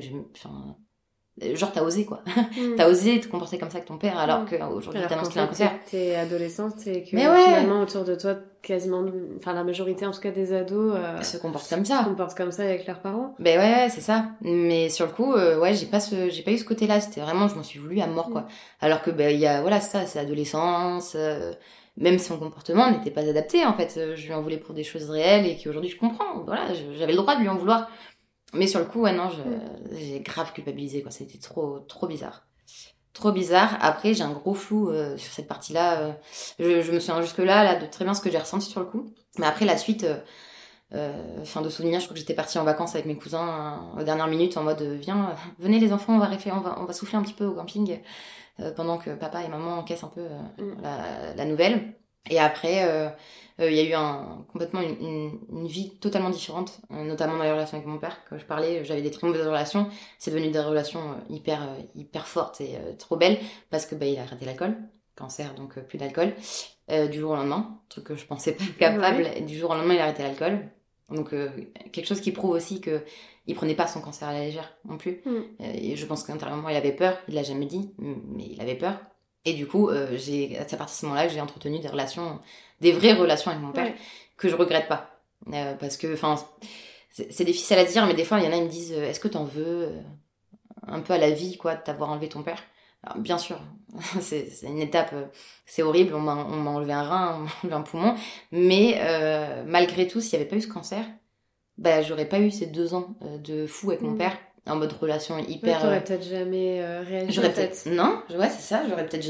genre t'as osé, quoi. T'as osé te comporter comme ça avec ton père, alors qu'aujourd'hui t'annonces qu'il a un cancer. T'es adolescente et que finalement autour de toi, quasiment, la majorité en tout cas des ados se comportent comme ça. Avec leurs parents. Ben ouais, c'est ça. Mais sur le coup, j'ai pas eu ce côté-là. C'était vraiment, je m'en suis voulu à mort, quoi. Alors que il y a, c'est l'adolescence. Même son comportement n'était pas adapté, en fait. Je lui en voulais pour des choses réelles et qu'aujourd'hui je comprends. Voilà, j'avais le droit de lui en vouloir. Mais sur le coup, j'ai grave culpabilisé, quoi. C'était trop bizarre. trop bizarre. Après, j'ai un gros flou sur cette partie-là. Je me souviens jusque-là de très bien ce que j'ai ressenti sur le coup. Mais après, la suite, fin de souvenir, je crois que j'étais partie en vacances avec mes cousins aux dernières minutes en mode viens, venez les enfants, on va souffler un petit peu au camping pendant que papa et maman encaissent un peu la nouvelle. Et après, il y a eu complètement une vie totalement différente, notamment dans les relations avec mon père. Quand je parlais, j'avais des très mauvaises relations. C'est devenu des relations hyper fortes et trop belles parce que il a arrêté l'alcool, cancer, donc plus d'alcool, du jour au lendemain, truc que je pensais pas capable. Ouais. Et du jour au lendemain, il a arrêté l'alcool. Donc quelque chose qui prouve aussi que il prenait pas son cancer à la légère non plus. Et je pense qu'intérieurement, il avait peur. Il l'a jamais dit, mais il avait peur. Et du coup, c'est à partir de ce moment-là que j'ai entretenu des vraies relations avec mon père, que je regrette pas. Parce que, enfin, c'est difficile à dire, mais des fois, il y en a, ils me disent, est-ce que t'en veux un peu à la vie, quoi, de t'avoir enlevé ton père? Alors, bien sûr, c'est une étape, c'est horrible, on m'a enlevé un rein, on m'a enlevé un poumon, mais malgré tout, s'il n'y avait pas eu ce cancer, j'aurais pas eu ces 2 ans de fou avec mon père, en mode relation hyper... T'aurais peut-être jamais réagi, en fait. Non, ouais, c'est ça, j'aurais peut-être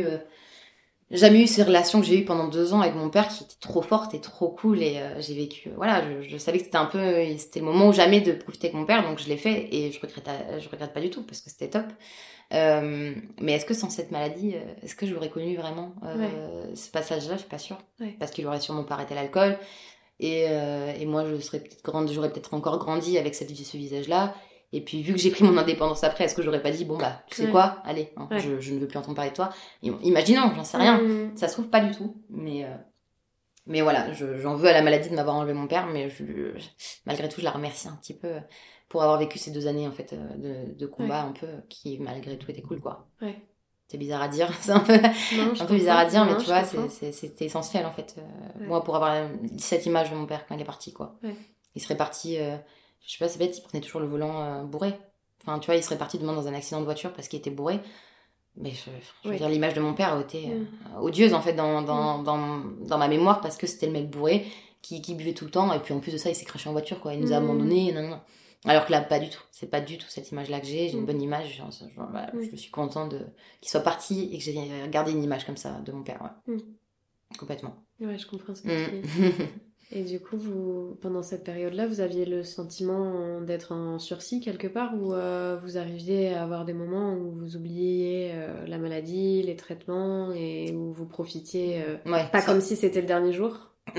jamais eu ces relations que j'ai eues pendant 2 ans avec mon père qui étaient trop fortes et trop cool, et j'ai vécu, voilà, je savais que c'était le moment ou jamais de profiter avec mon père, donc je l'ai fait, et je regrette pas du tout, parce que c'était top. Mais est-ce que sans cette maladie, est-ce que je l'aurais connu vraiment ce passage-là, je suis pas sûre, parce qu'il aurait sûrement pas arrêté l'alcool, et moi j'aurais peut-être encore grandi avec ce visage-là. Et puis, vu que j'ai pris mon indépendance après, est-ce que j'aurais pas dit, bon, tu sais quoi, allez, je ne veux plus entendre parler de toi. Imaginons, j'en sais rien. Ça se trouve pas du tout. Mais voilà, j'en veux à la maladie de m'avoir enlevé mon père, mais malgré tout, je la remercie un petit peu pour avoir vécu ces 2 années, en fait, de combat un peu, qui, malgré tout, étaient cool, quoi. Ouais. C'est bizarre à dire, c'est un peu bizarre à dire, mais tu vois, c'était essentiel, en fait. Moi, pour avoir cette image de mon père quand il est parti, quoi. Il serait parti... je sais pas, c'est bête, il prenait toujours le volant bourré. Enfin, tu vois, il serait parti demain dans un accident de voiture parce qu'il était bourré. Mais je veux dire, l'image de mon père a été odieuse, en fait, dans ma mémoire, parce que c'était le mec bourré qui buvait tout le temps, et puis en plus de ça, il s'est craché en voiture, quoi. Il nous a abandonnés, non. Alors que là, pas du tout. C'est pas du tout cette image-là que j'ai. J'ai une bonne image. Je suis contente qu'il soit parti et que j'ai gardé une image comme ça de mon père, complètement. Ouais, je comprends ce que tu dis. Et du coup, pendant cette période-là, vous aviez le sentiment d'être en sursis quelque part, ou vous arriviez à avoir des moments où vous oubliez la maladie, les traitements, et où vous profitiez comme si c'était le dernier jour?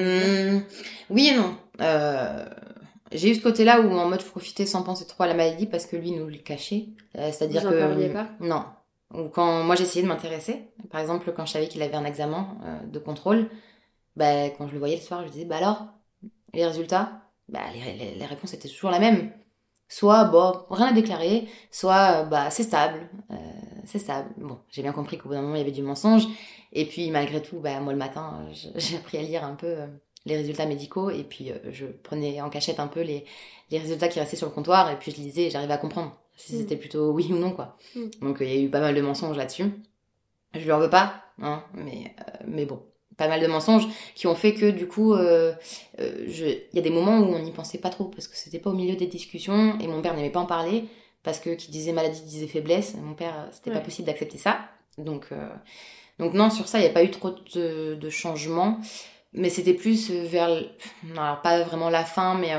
Oui et non. J'ai eu ce côté-là où en mode je profitais sans penser trop à la maladie parce que lui nous le cachait. C'est-à-dire vous en parliez pas? Non. Ou quand moi j'essayais de m'intéresser, par exemple quand je savais qu'il avait un examen de contrôle, quand je le voyais le soir, je disais alors, les résultats, les réponses étaient toujours la même. Soit rien à déclarer, soit c'est stable. Bon, j'ai bien compris qu'au bout d'un moment il y avait du mensonge, et puis malgré tout, moi le matin j'ai appris à lire un peu les résultats médicaux, et puis je prenais en cachette un peu les résultats qui restaient sur le comptoir, et puis je lisais et j'arrivais à comprendre si c'était plutôt oui ou non, quoi. Donc il y a eu pas mal de mensonges là-dessus. Je lui en veux pas, hein, mais bon, pas mal de mensonges qui ont fait que du coup il y a des moments où on n'y pensait pas trop parce que c'était pas au milieu des discussions, et mon père n'aimait pas en parler parce que qui disait maladie disait faiblesse. Mon père, c'était pas possible d'accepter ça, donc non, sur ça il n'y a pas eu trop de changements, mais c'était plus alors pas vraiment la fin, mais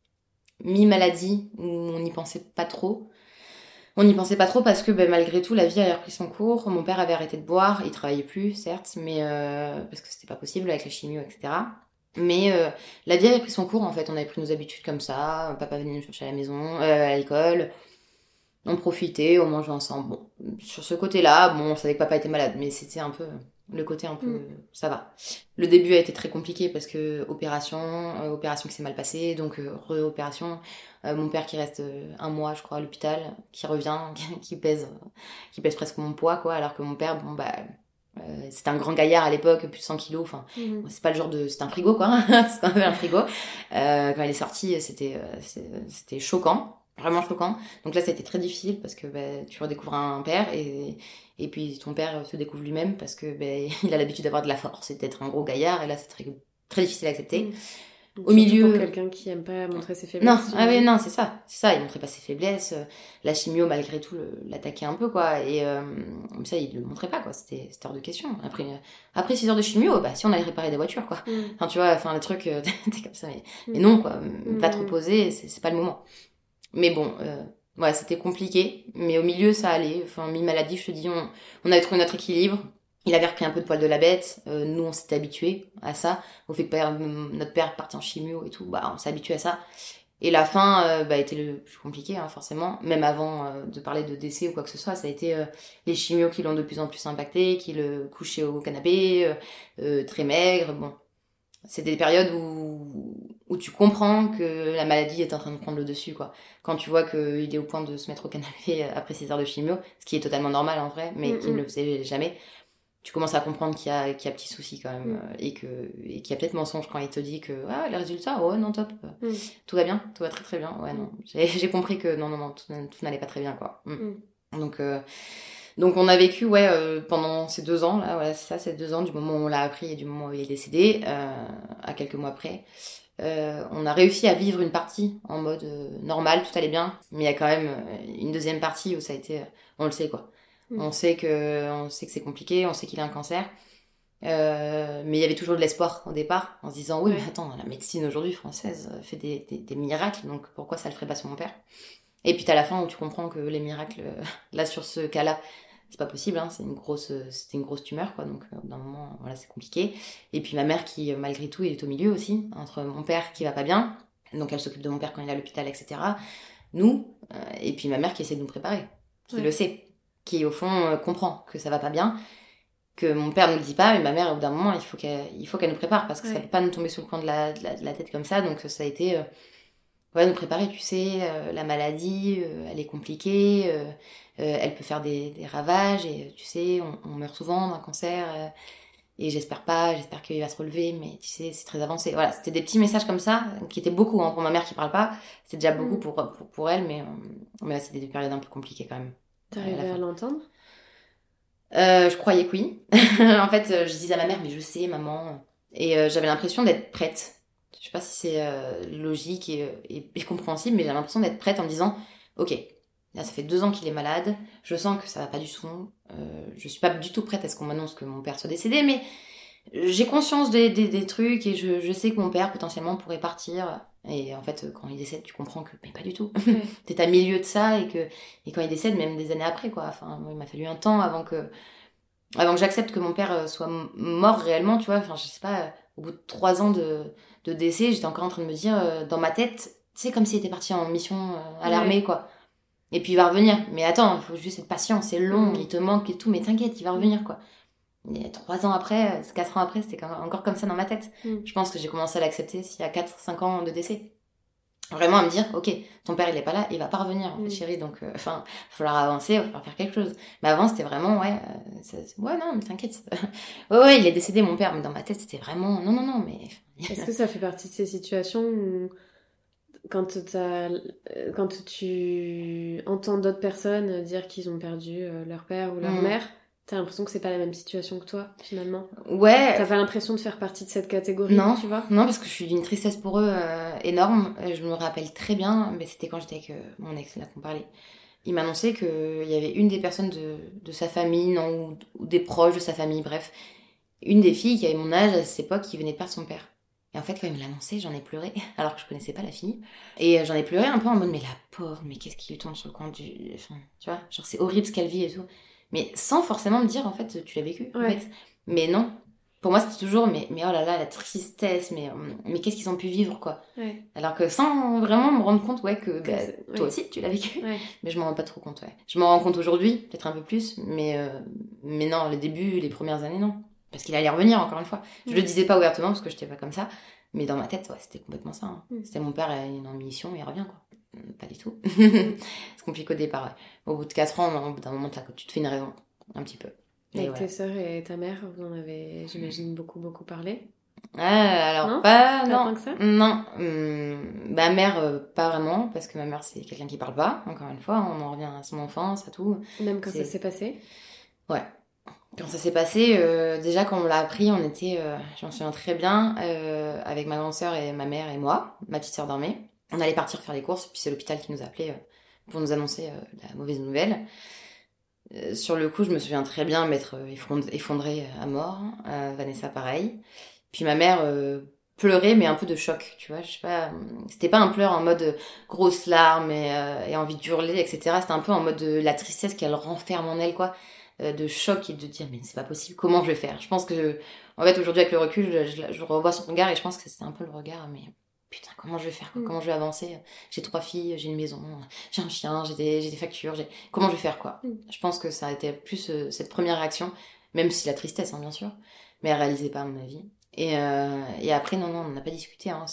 mi-maladie, où on n'y pensait pas trop. On n'y pensait pas trop parce que malgré tout, la vie avait repris son cours. Mon père avait arrêté de boire, il travaillait plus, certes, mais parce que c'était pas possible avec la chimio, etc. Mais la vie avait pris son cours, en fait. On avait pris nos habitudes comme ça. Papa venait nous chercher à la maison, à l'école. On profitait, on mangeait ensemble. Bon, sur ce côté-là, on savait que papa était malade, mais c'était un peu le côté un peu ça va. Le début a été très compliqué parce que opération qui s'est mal passée, donc réopération. Mon père qui reste 1 mois, je crois, à l'hôpital, qui revient, qui pèse presque mon poids, quoi, alors que mon père, c'était un grand gaillard à l'époque, plus de 100 kilos, enfin, c'est pas le genre de... C'était un frigo, quoi, c'est quand même un frigo. Quand il est sorti, c'était choquant, vraiment choquant. Donc là, ça a été très difficile parce que tu redécouvres un père, et puis ton père se découvre lui-même parce que il a l'habitude d'avoir de la force et d'être un gros gaillard, et là, c'est très, très difficile à accepter. Donc, Au surtout milieu... pour quelqu'un qui aime pas montrer ses faiblesses. Non, ah oui, non, c'est ça, il montrait pas ses faiblesses, la chimio, malgré tout, l'attaquait un peu, quoi, et ça, il le montrait pas, quoi, c'était hors de question. Après 6 heures de chimio, bah, si on allait réparer des voitures, quoi. Enfin, tu vois, enfin, le truc, t'es comme ça, mais non, quoi, va te reposer, c'est pas le moment. Mais bon, ouais, c'était compliqué, mais au milieu, ça allait, enfin, mi-maladie, je te dis, on avait trouvé notre équilibre. Il avait repris un peu de poil de la bête. Nous, on s'était habitués à ça. Au fait que notre père partait en chimio et tout, bah, on s'est habitué à ça. Et la fin, était le plus compliqué, hein, forcément. Même avant de parler de décès ou quoi que ce soit, ça a été les chimios qui l'ont de plus en plus impacté, qui le couchaient au canapé, très maigre. Bon, c'était des périodes où tu comprends que la maladie est en train de prendre le dessus, quoi. Quand tu vois qu'il est au point de se mettre au canapé après 6 heures de chimio, ce qui est totalement normal en vrai, mais qu'il ne le faisait jamais. Tu commences à comprendre qu'il y a petit souci quand même et qu'il y a peut-être mensonge quand il te dit que les résultats, ouais, non, top, tout va bien, tout va très très bien, ouais, non, j'ai compris que non, tout n'allait pas très bien, quoi. Donc on a vécu, pendant ces 2 ans, là, voilà, c'est ça, ces 2 ans, du moment où on l'a appris et du moment où il est décédé, à quelques mois près, on a réussi à vivre une partie en mode normal, tout allait bien, mais il y a quand même une deuxième partie où ça a été, on le sait, quoi. On sait que c'est compliqué, on sait qu'il a un cancer, mais il y avait toujours de l'espoir au départ, en se disant oui, mais attends, la médecine aujourd'hui française fait des miracles, donc pourquoi ça le ferait pas sur mon père? Et puis t'as la fin où tu comprends que les miracles, là sur ce cas-là, c'est pas possible, hein, c'était une grosse tumeur, quoi, donc d'un moment, voilà, c'est compliqué. Et puis ma mère qui, malgré tout, est au milieu aussi, entre mon père qui va pas bien, donc elle s'occupe de mon père quand il est à l'hôpital, etc. Nous, et puis ma mère qui essaie de nous préparer, qui le sait, qui au fond comprend que ça va pas bien, que mon père ne le dit pas, mais ma mère au bout d'un moment il faut qu'elle nous prépare parce que ça peut pas nous tomber sous le coin de la tête comme ça, donc ça a été nous préparer, tu sais, la maladie, elle est compliquée, elle peut faire des ravages et tu sais, on meurt souvent d'un cancer et j'espère qu'il va se relever, mais tu sais, c'est très avancé. Voilà, c'était des petits messages comme ça qui étaient beaucoup, hein, pour ma mère qui parle pas, c'était déjà beaucoup pour elle, mais là, c'était des périodes un peu compliquées quand même. T'arrivais à l'entendre? Je croyais que oui. En fait, je disais à ma mère, mais je sais, maman. Et j'avais l'impression d'être prête. Je sais pas si c'est logique et compréhensible, mais j'avais l'impression d'être prête en me disant, ok, là, ça fait 2 ans qu'il est malade, je sens que ça va pas du tout. Je suis pas du tout prête à ce qu'on m'annonce que mon père soit décédé, mais j'ai conscience des trucs et je sais que mon père potentiellement pourrait partir. Et en fait, quand il décède, tu comprends que mais pas du tout. T'es à milieu de ça et quand il décède, même des années après, quoi. Enfin, il m'a fallu un temps avant que j'accepte que mon père soit mort réellement, tu vois. Enfin, je sais pas, au bout de 3 ans de décès, j'étais encore en train de me dire, dans ma tête, c'est comme s'il était parti en mission à l'armée, quoi. Et puis il va revenir. Mais attends, il faut juste être patient, c'est long, il te manque et tout, mais t'inquiète, il va revenir, quoi. Et 3 ans après, 4 ans après, c'était encore comme ça dans ma tête. Je pense que j'ai commencé à l'accepter s'il y a 4-5 ans de décès. Vraiment à me dire, ok, ton père il est pas là, il va pas revenir, en fait, chérie, donc il va falloir avancer, il va falloir faire quelque chose. Mais avant c'était vraiment, non, mais t'inquiète. ouais, il est décédé mon père, mais dans ma tête c'était vraiment, non, mais... Est-ce que ça fait partie de ces situations où quand tu entends d'autres personnes dire qu'ils ont perdu leur père ou leur mère, t'as l'impression que c'est pas la même situation que toi, finalement? Ouais. T'as pas l'impression de faire partie de cette catégorie, non, tu vois? Non, parce que je suis d'une tristesse pour eux énorme. Je me rappelle très bien, mais c'était quand j'étais avec mon ex, là qu'on parlait. Il m'annonçait qu'il y avait une des personnes de sa famille, ou des proches de sa famille, bref. Une des filles qui avait mon âge à cette époque qui venait de perdre son père. Et en fait, quand il me l'a annoncé, j'en ai pleuré, alors que je connaissais pas la fille. Et j'en ai pleuré un peu en mode, mais la pauvre, mais qu'est-ce qui lui tombe sur le coin du... Enfin, tu vois, genre c'est horrible ce qu'elle vit et tout. Mais sans forcément me dire, en fait, tu l'as vécu, en fait. Mais non. Pour moi, c'était toujours, mais oh là là, la tristesse, mais qu'est-ce qu'ils ont pu vivre, quoi. Alors que sans vraiment me rendre compte, que toi aussi, tu l'as vécu. Mais je m'en rends pas trop compte, Je m'en rends compte aujourd'hui, peut-être un peu plus, mais non, les débuts, les premières années, non. Parce qu'il allait revenir, encore une fois. Je le disais pas ouvertement, parce que j'étais pas comme ça. Mais dans ma tête, c'était complètement ça. Hein. C'était mon père, il est en mission, il revient, quoi. Pas du tout. C'est compliqué au départ. Au bout de 4 ans, au bout d'un moment, tu te fais une raison, un petit peu. Avec tes sœurs et ta mère, vous en avez, j'imagine, beaucoup parlé? Alors, non, pas tant que ça? Non. Ma mère, pas vraiment, parce que ma mère, c'est quelqu'un qui parle pas, encore une fois. On en revient à son enfance, à tout. Même quand ça s'est passé? Ouais. Quand ça s'est passé, déjà quand on l'a appris, on était, j'en souviens très bien, avec ma grande sœur et ma mère et moi, ma petite sœur dormait. On allait partir faire les courses, puis c'est l'hôpital qui nous appelait pour nous annoncer la mauvaise nouvelle. Sur le coup, je me souviens très bien m'être effondrée à mort. Vanessa, pareil. Puis ma mère pleurait, mais un peu de choc, tu vois. Je sais pas, c'était pas un pleur en mode grosse larmes et envie d'hurler, etc. C'était un peu en mode la tristesse qu'elle renferme en elle, quoi. De choc et de dire mais c'est pas possible, comment je vais faire. Je pense que en fait aujourd'hui avec le recul je revois son regard et je pense que c'était un peu le regard mais putain comment je vais faire quoi, comment je vais avancer, j'ai 3 filles, j'ai une maison, j'ai un chien, j'ai des factures, comment je vais faire quoi. Je pense que ça a été plus cette première réaction, même si la tristesse hein, bien sûr, mais elle réalisait pas à mon avis. Et après non on n'a pas discuté hein,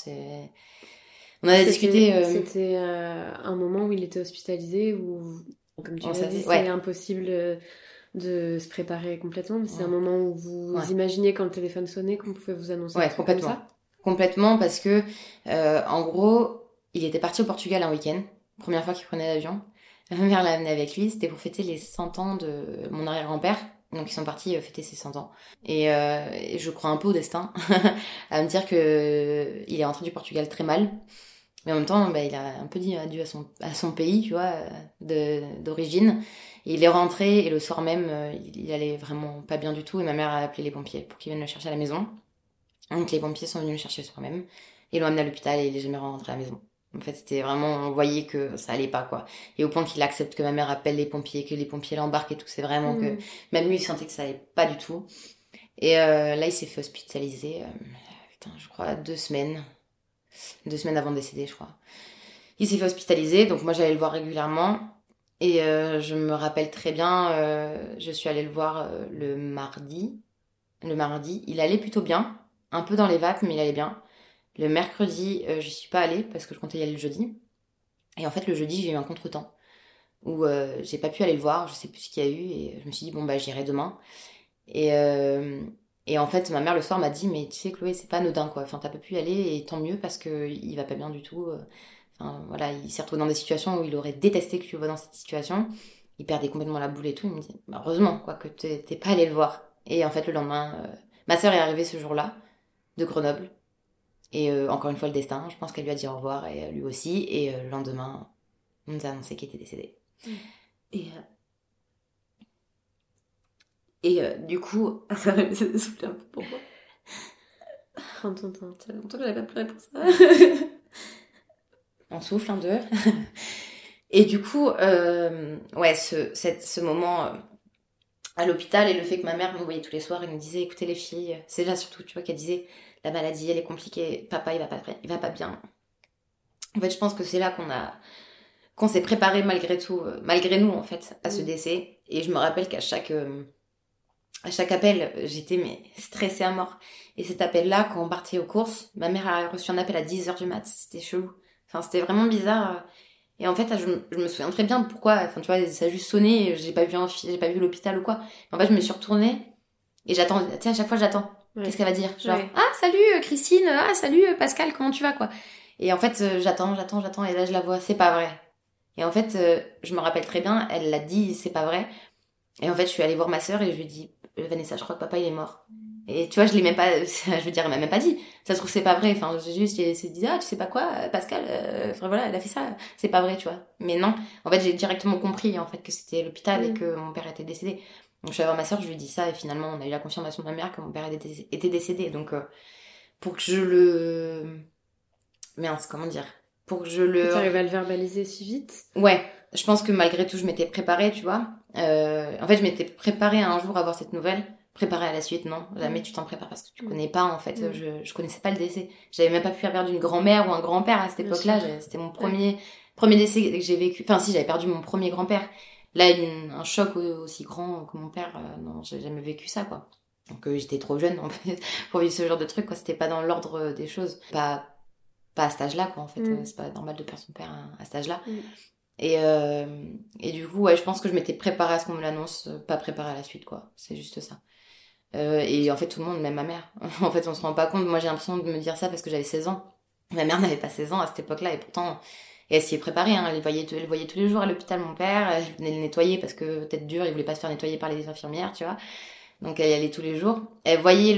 on a discuté c'était un moment où il était hospitalisé ou comme tu l'as dit c'est impossible de se préparer complètement, mais c'est un moment où vous imaginiez quand le téléphone sonnait qu'on pouvait vous annoncer complètement. Comme ça. Complètement, parce que en gros, il était parti au Portugal un week-end, première fois qu'il prenait l'avion. Ma mère l'a amené avec lui, c'était pour fêter les 100 ans de mon arrière-grand-père. Donc ils sont partis fêter ses 100 ans. Et je crois un peu au destin, à me dire que il est rentré du Portugal très mal. Mais en même temps, il a un peu dit adieu à son pays, tu vois, d'origine. Et il est rentré et le soir même, il allait vraiment pas bien du tout. Et ma mère a appelé les pompiers pour qu'ils viennent le chercher à la maison. Donc les pompiers sont venus le chercher le soir même. Ils l'ont amené à l'hôpital et il est jamais rentré à la maison. En fait, c'était vraiment, on voyait que ça allait pas, quoi. Et au point qu'il accepte que ma mère appelle les pompiers, que les pompiers l'embarquent et tout, c'est vraiment que, même lui, il sentait que ça allait pas du tout. Et là, il s'est fait hospitaliser, je crois, 2 semaines. 2 semaines avant de décéder, je crois. Il s'est fait hospitaliser, donc moi j'allais le voir régulièrement. Et je me rappelle très bien, je suis allée le voir le mardi. Il allait plutôt bien, un peu dans les vapes, mais il allait bien. Le mercredi, je suis pas allée parce que je comptais y aller le jeudi. Et en fait, le jeudi, j'ai eu un contretemps où j'ai pas pu aller le voir, je sais plus ce qu'il y a eu, et je me suis dit, bon, j'irai demain. Et en fait, ma mère, le soir, m'a dit, mais tu sais, Chloé, c'est pas anodin, quoi. Enfin, t'as pas pu y aller, et tant mieux, parce que il va pas bien du tout. Enfin, voilà, il s'est retrouvé dans des situations où il aurait détesté que tu le vois dans cette situation. Il perdait complètement la boule et tout. Il me dit, heureusement, quoi, que t'es pas allé le voir. Et en fait, le lendemain, ma sœur est arrivée ce jour-là, de Grenoble. Et encore une fois, le destin, je pense qu'elle lui a dit au revoir, et lui aussi. Et le lendemain, on nous a annoncé qu'il était décédé. Et du coup, ça m'a soufflé un peu pour moi. Prends ton temps. Ça fait longtemps que j'avais pas pleuré pour ça. On souffle, 1, 2. Et du coup, ce moment à l'hôpital et le fait que ma mère me voyait tous les soirs et me disait, écoutez les filles, c'est là surtout, tu vois, qu'elle disait, la maladie, elle est compliquée, papa, il va pas bien. En fait, je pense que c'est là qu'on s'est préparé malgré tout, malgré nous, en fait, à ce décès. Et je me rappelle qu'à chaque appel, j'étais stressée à mort. Et cet appel-là, quand on partait aux courses, ma mère a reçu un appel à 10h du mat. C'était chelou. Enfin, c'était vraiment bizarre. Et en fait, je me souviens très bien pourquoi. Enfin, tu vois, ça a juste sonné. J'ai pas vu l'hôpital ou quoi. En fait, je me suis retournée et j'attends. Tu sais, à chaque fois, j'attends. Ouais. Qu'est-ce qu'elle va dire? Genre, ah, salut Christine. Ah, salut Pascal. Comment tu vas, quoi? Et en fait, j'attends. Et là, je la vois. C'est pas vrai. Et en fait, je me rappelle très bien. Elle l'a dit. C'est pas vrai. Et en fait, je suis allée voir ma sœur et je lui ai dit, Vanessa, je crois que papa, il est mort. Et tu vois, je l'ai même pas, je veux dire, elle m'a même pas dit. Ça se trouve, c'est pas vrai. Enfin, j'ai juste dit, ah, tu sais pas quoi, Pascal, enfin voilà, elle a fait ça. C'est pas vrai, tu vois. Mais non. En fait, j'ai directement compris, en fait, que c'était l'hôpital et que mon père était décédé. Donc, je suis allée voir ma sœur, je lui ai dit ça et finalement, on a eu la confirmation de ma mère que mon père était décédé. Donc, pour que je le, comment dire? Pour que je le... T'arrives à le verbaliser si vite? Ouais. Je pense que malgré tout, je m'étais préparée, tu vois. En fait, je m'étais préparée à un jour avoir cette nouvelle. Préparée à la suite, non. Jamais tu t'en prépares parce que tu connais pas, en fait. Je connaissais pas le décès. J'avais même pas pu perdre une grand-mère ou un grand-père à cette époque-là. C'était mon premier décès que j'ai vécu. Enfin, si, j'avais perdu mon premier grand-père. Là, un choc aussi grand que mon père, non, j'ai jamais vécu ça, quoi. Donc, j'étais trop jeune, en fait, pour vivre ce genre de truc, quoi. C'était pas dans l'ordre des choses. Pas à cet âge-là, quoi, en fait. C'est pas normal de perdre son père à cet âge-là. Et du coup, ouais, je pense que je m'étais préparée à ce qu'on me l'annonce, pas préparée à la suite, quoi. C'est juste ça. Et en fait, tout le monde, même ma mère. En fait, on se rend pas compte. Moi, j'ai l'impression de me dire ça parce que j'avais 16 ans. Ma mère n'avait pas 16 ans à cette époque-là, et pourtant, et elle s'y est préparée, hein. Elle voyait tous les jours à l'hôpital mon père. Elle venait le nettoyer parce que, tête dure, il voulait pas se faire nettoyer par les infirmières, tu vois. Donc elle y allait tous les jours. Elle voyait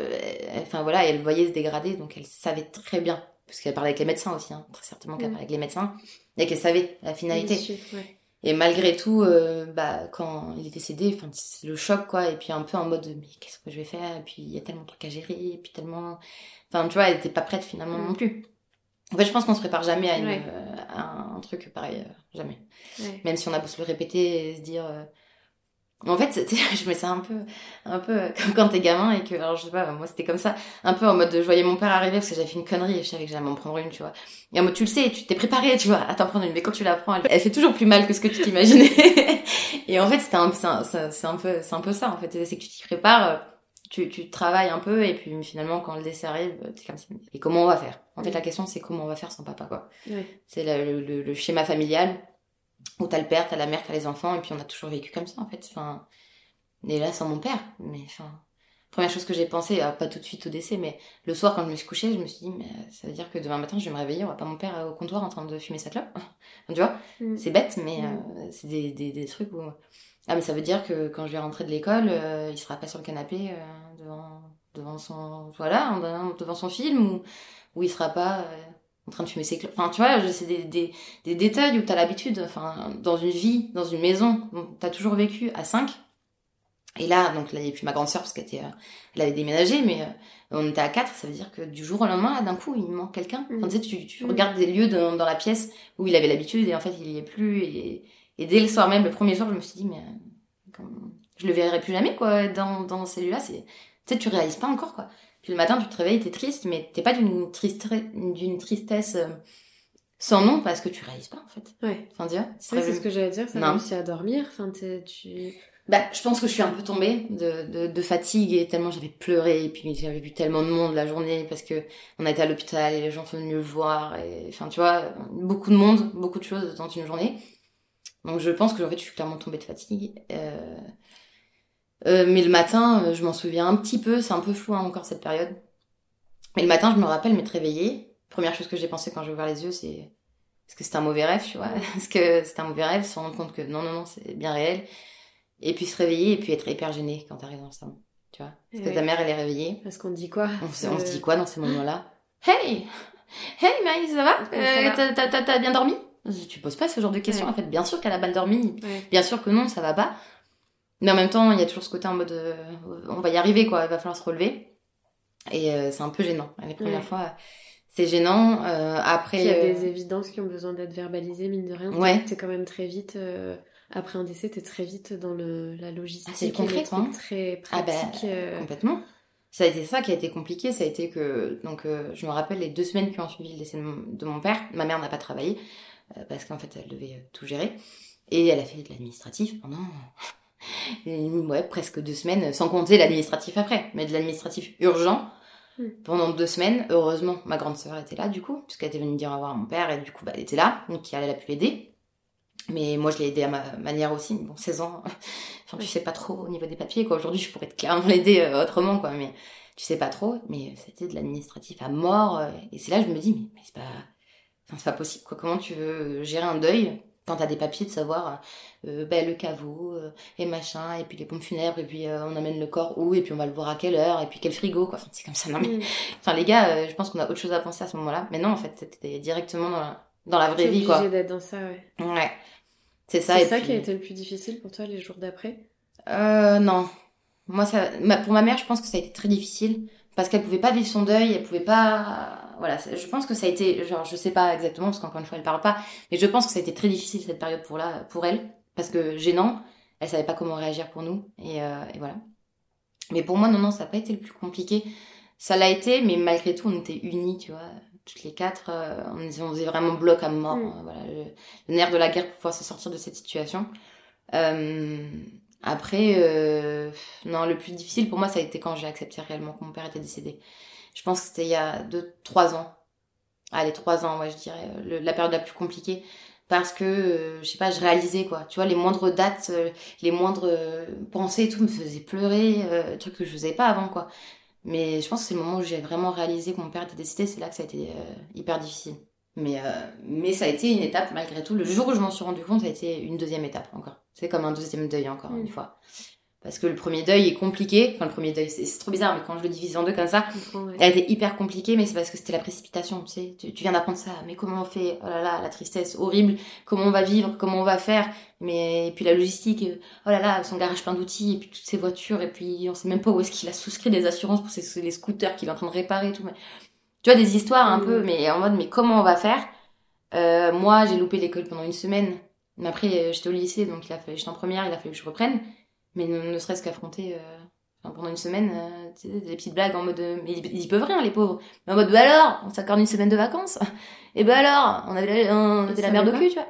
elle voyait se dégrader, donc elle savait très bien, parce qu'elle parlait avec les médecins aussi, hein, très certainement qu'elle parlait avec les médecins, et qu'elle savait la finalité. Ouais. Et malgré tout, quand il est décédé, enfin c'est le choc quoi, et puis un peu en mode mais qu'est-ce que je vais faire, et puis il y a tellement de trucs à gérer, et puis tellement, enfin tu vois, elle était pas prête finalement non plus. En fait, je pense qu'on se prépare jamais à un truc pareil, jamais. Ouais. Même si on a beau se le répéter et se dire. En fait, je me sens un peu comme quand t'es gamin et que, alors je sais pas, moi c'était comme ça, un peu en mode je voyais mon père arriver parce que j'avais fait une connerie et je savais que j'allais m'en prendre une, tu vois. Et en mode tu le sais, tu t'es préparé, tu vois, à t'en prendre une, mais quand tu la prends, elle fait toujours plus mal que ce que tu t'imaginais. Et en fait, c'est un peu ça, en fait, c'est que tu t'y prépares, tu travailles un peu et puis finalement quand le décès arrive, c'est comme ça. Et comment on va faire? En fait, la question c'est comment on va faire sans papa, quoi. Ouais. C'est le schéma familial. Où t'as le père, t'as la mère, t'as les enfants, et puis on a toujours vécu comme ça, en fait. Enfin, et là, sans mon père. Mais, enfin, première chose que j'ai pensé, pas tout de suite au décès, mais le soir, quand je me suis couchée, je me suis dit, mais ça veut dire que demain matin, je vais me réveiller, on va pas mon père au comptoir en train de fumer sa clope. Tu vois? C'est bête, mais c'est des trucs où... Ah, mais ça veut dire que quand je vais rentrer de l'école, il sera pas sur le canapé devant son... Voilà, devant son film, ou il sera pas... en train de fumer ses clopes. Enfin, tu vois, c'est des détails où t'as l'habitude, enfin, dans une vie, dans une maison, t'as toujours vécu à 5. Et là, donc là, il n'y a plus ma grande sœur parce elle avait déménagé, mais on était à 4, ça veut dire que du jour au lendemain, là, d'un coup, il manque quelqu'un. Enfin, tu sais, tu regardes des lieux dans la pièce où il avait l'habitude et en fait, il y est plus. Et dès le soir même, le premier soir, je me suis dit, mais je le verrai plus jamais, quoi, dans ces lieux-là. Tu sais, tu réalises pas encore, quoi. Puis le matin, tu te réveilles, t'es triste, mais t'es pas d'une tristesse sans nom parce que tu réalises pas, en fait. Ouais. Enfin, tu vois, C'est ce que j'allais dire, ça réussit à dormir. Enfin, je pense que je suis un peu tombée de fatigue et tellement j'avais pleuré et puis j'avais vu tellement de monde la journée parce que on a été à l'hôpital et les gens sont venus le voir et enfin, tu vois, beaucoup de monde, beaucoup de choses dans une journée. Donc je pense que en fait, je suis clairement tombée de fatigue. Mais le matin, je m'en souviens un petit peu, c'est un peu flou encore cette période. Mais le matin, je me rappelle m'être réveillée. Première chose que j'ai pensé quand j'ai ouvert les yeux, c'est est-ce que c'était un mauvais rêve, tu vois? Est-ce que c'était un mauvais rêve? Se rendre compte que non, c'est bien réel. Et puis se réveiller et puis être hyper gênée quand t'arrives dans le salon, tu vois? Parce que ta mère, elle est réveillée. Parce qu'on dit quoi? On se dit quoi dans ces moments-là? Hey Maïs, ça va? T'as bien dormi? Tu poses pas ce genre de questions, en fait. Bien sûr qu'elle a mal dormi. Bien sûr que non, ça va pas. Mais en même temps, il y a toujours ce côté en mode on va y arriver, quoi, il va falloir se relever. Et c'est un peu gênant. Les premières fois, c'est gênant. Après, il y a des évidences qui ont besoin d'être verbalisées, mine de rien. Ouais. T'es quand même très vite, après un décès, t'es très vite dans la logistique. C'est concret, quoi. Très pratique. Complètement. Ça a été ça qui a été compliqué. Ça a été que, donc, je me rappelle les 2 semaines qui ont suivi le décès de mon père. Ma mère n'a pas travaillé parce qu'en fait, elle devait tout gérer. Et elle a fait de l'administratif pendant... presque 2 semaines, sans compter l'administratif après, mais de l'administratif urgent pendant 2 semaines. Heureusement, ma grande sœur était là du coup, puisqu'elle était venue dire au revoir à mon père et du coup, elle était là, donc elle a pu l'aider. Mais moi, je l'ai aidée à ma manière aussi. Bon, 16 ans, enfin, tu sais pas trop au niveau des papiers, quoi. Aujourd'hui, je pourrais clairement l'aider autrement, quoi, mais tu sais pas trop. Mais c'était de l'administratif à mort, et c'est là que je me dis, mais c'est pas possible, quoi. Comment tu veux gérer un deuil quand t'as des papiers de savoir le caveau et machin, et puis les pompes funèbres, et puis on amène le corps où, et puis on va le voir à quelle heure, et puis quel frigo, quoi. Enfin, c'est comme ça, non mais... Enfin, les gars, je pense qu'on a autre chose à penser à ce moment-là. Mais non, en fait, c'était directement dans la vraie vie, quoi. T'es obligée d'être dans ça, ouais. Ouais. C'est ça, c'est et ça puis... qui a été le plus difficile pour toi, les jours d'après? Non. Moi, pour ma mère, je pense que ça a été très difficile, parce qu'elle pouvait pas vivre son deuil, elle pouvait pas... Voilà, je pense que ça a été, genre, je sais pas exactement, parce qu'encore une fois, elle parle pas, mais je pense que ça a été très difficile cette période pour elle, parce que gênant, elle savait pas comment réagir pour nous, et voilà. Mais pour moi, non, ça a pas été le plus compliqué. Ça l'a été, mais malgré tout, on était unis, tu vois, toutes les 4, on faisait vraiment bloc à mort, voilà, le nerf de la guerre pour pouvoir se sortir de cette situation. Après, non, le plus difficile pour moi, ça a été quand j'ai accepté réellement que mon père était décédé. Je pense que c'était il y a 3 ans. Allez, 3 ans, ouais, je dirais. La période la plus compliquée. Parce que, je sais pas, je réalisais, quoi. Tu vois, les moindres dates, les moindres pensées et tout me faisaient pleurer. Trucs que je faisais pas avant, quoi. Mais je pense que c'est le moment où j'ai vraiment réalisé que mon père était décédé. C'est là que ça a été hyper difficile. Mais ça a été une étape, malgré tout. Le jour où je m'en suis rendu compte, ça a été une 2e étape, encore. C'est comme un 2e deuil, encore, une fois. Parce que le premier deuil est compliqué. Enfin, le premier deuil, c'est trop bizarre, mais quand je le divise en deux comme ça, Ouais. elle a été hyper compliquée, mais c'est parce que c'était la précipitation, tu sais. Tu viens d'apprendre ça, mais comment on fait? Oh là là, la tristesse horrible. Comment on va vivre? Comment on va faire? Mais, et puis la logistique, oh là là, son garage plein d'outils, et puis toutes ses voitures, et puis on sait même pas où est-ce qu'il a souscrit des assurances pour les scooters qu'il est en train de réparer et tout. Mais, tu vois, des histoires un peu, mais en mode, mais comment on va faire? Moi, j'ai loupé l'école pendant une semaine. Mais après, j'étais au lycée, donc j'étais en première, il a fallu que je reprenne. Mais ne serait-ce qu'affronter pendant une semaine tu sais, des petites blagues en mode mais ils y peuvent rien les pauvres, mais en mode bah alors on s'accorde une semaine de vacances et bah alors on avait la merde au cul, tu vois.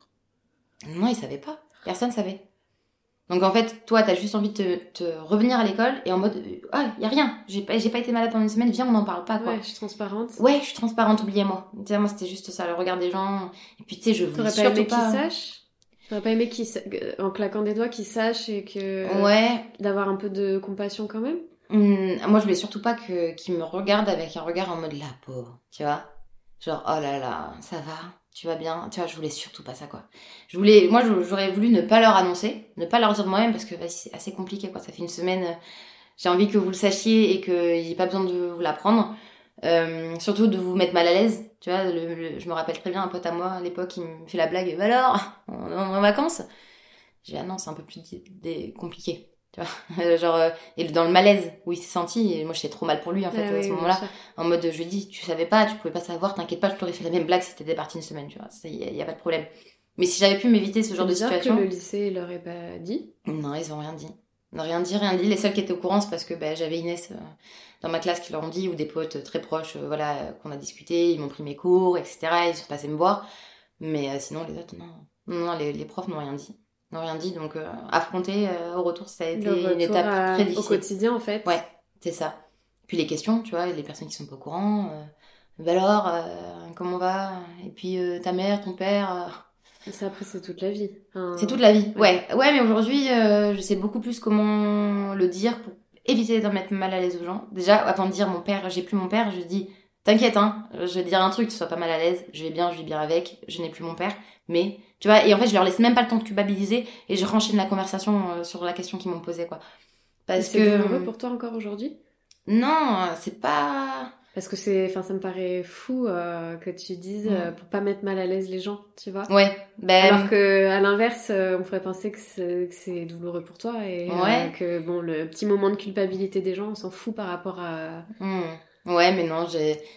Non, ils savaient pas, personne savait. Donc en fait toi t'as juste envie de te revenir à l'école et en mode ah y a rien, j'ai pas été malade pendant une semaine, viens on n'en parle pas quoi. Ouais, je suis transparente. Ouais, je suis transparente, oubliez-moi. Tu sais, moi c'était juste ça, le regard des gens, et puis tu sais je voulais T'aurais pas surtout aimé pas qu'ils sachent? T'aurais pas aimé en claquant des doigts qu'ils sachent et que... ouais. D'avoir un peu de compassion quand même? Moi, je voulais surtout pas qu'ils me regardent avec un regard en mode la pauvre, tu vois. Genre, oh là là, ça va, tu vas bien. Tu vois, je voulais surtout pas ça, quoi. Moi, j'aurais voulu ne pas leur annoncer, ne pas leur dire de moi-même parce que vas-y, c'est assez compliqué, quoi. Ça fait une semaine, j'ai envie que vous le sachiez et qu'il n'y ait pas besoin de vous l'apprendre. Surtout de vous mettre mal à l'aise. Tu vois, je me rappelle très bien un pote à moi à l'époque, il me fait la blague, bah alors, on est en vacances? J'ai dit, ah non, c'est un peu plus compliqué. Tu vois, genre, et dans le malaise où il s'est senti, et moi j'étais trop mal pour lui en fait à ce moment-là. En mode, je lui ai dit, tu savais pas, tu pouvais pas savoir, t'inquiète pas, je t'aurais fait la même blague si t'étais partie une semaine, tu vois. Y a pas de problème. Mais si j'avais pu m'éviter ce genre de situation. Que le lycée leur ait pas dit? Non, ils ont rien dit. Rien dit. Les seuls qui étaient au courant, c'est parce que j'avais Inès dans ma classe qui leur ont dit, ou des potes très proches, voilà, qu'on a discuté, ils m'ont pris mes cours, etc. Ils sont passés me voir. Mais sinon, les autres, non, les profs n'ont rien dit. Donc affronter au retour, ça a été une étape très difficile. Au quotidien, en fait. Ouais, c'est ça. Puis les questions, tu vois, les personnes qui sont pas au courant. Bah alors, comment on va? Et puis ta mère, ton père. Ça, après, c'est toute la vie. C'est toute la vie. Ouais, mais aujourd'hui, je sais beaucoup plus comment le dire pour éviter d'en mettre mal à l'aise aux gens. Déjà, avant de dire mon père, j'ai plus mon père, je dis t'inquiète, hein, je vais te dire un truc, tu sois pas mal à l'aise, je vis bien avec, je n'ai plus mon père, mais tu vois, et en fait je leur laisse même pas le temps de culpabiliser et je renchaîne la conversation sur la question qu'ils m'ont posée, quoi. Parce que c'est douloureux pour toi encore aujourd'hui? Non, c'est pas... Parce que ça me paraît fou que tu dises pour pas mettre mal à l'aise les gens, tu vois. Ouais. Alors que à l'inverse, on pourrait penser que c'est douloureux pour toi et que bon, le petit moment de culpabilité des gens, on s'en fout par rapport à... Ouais, mais non,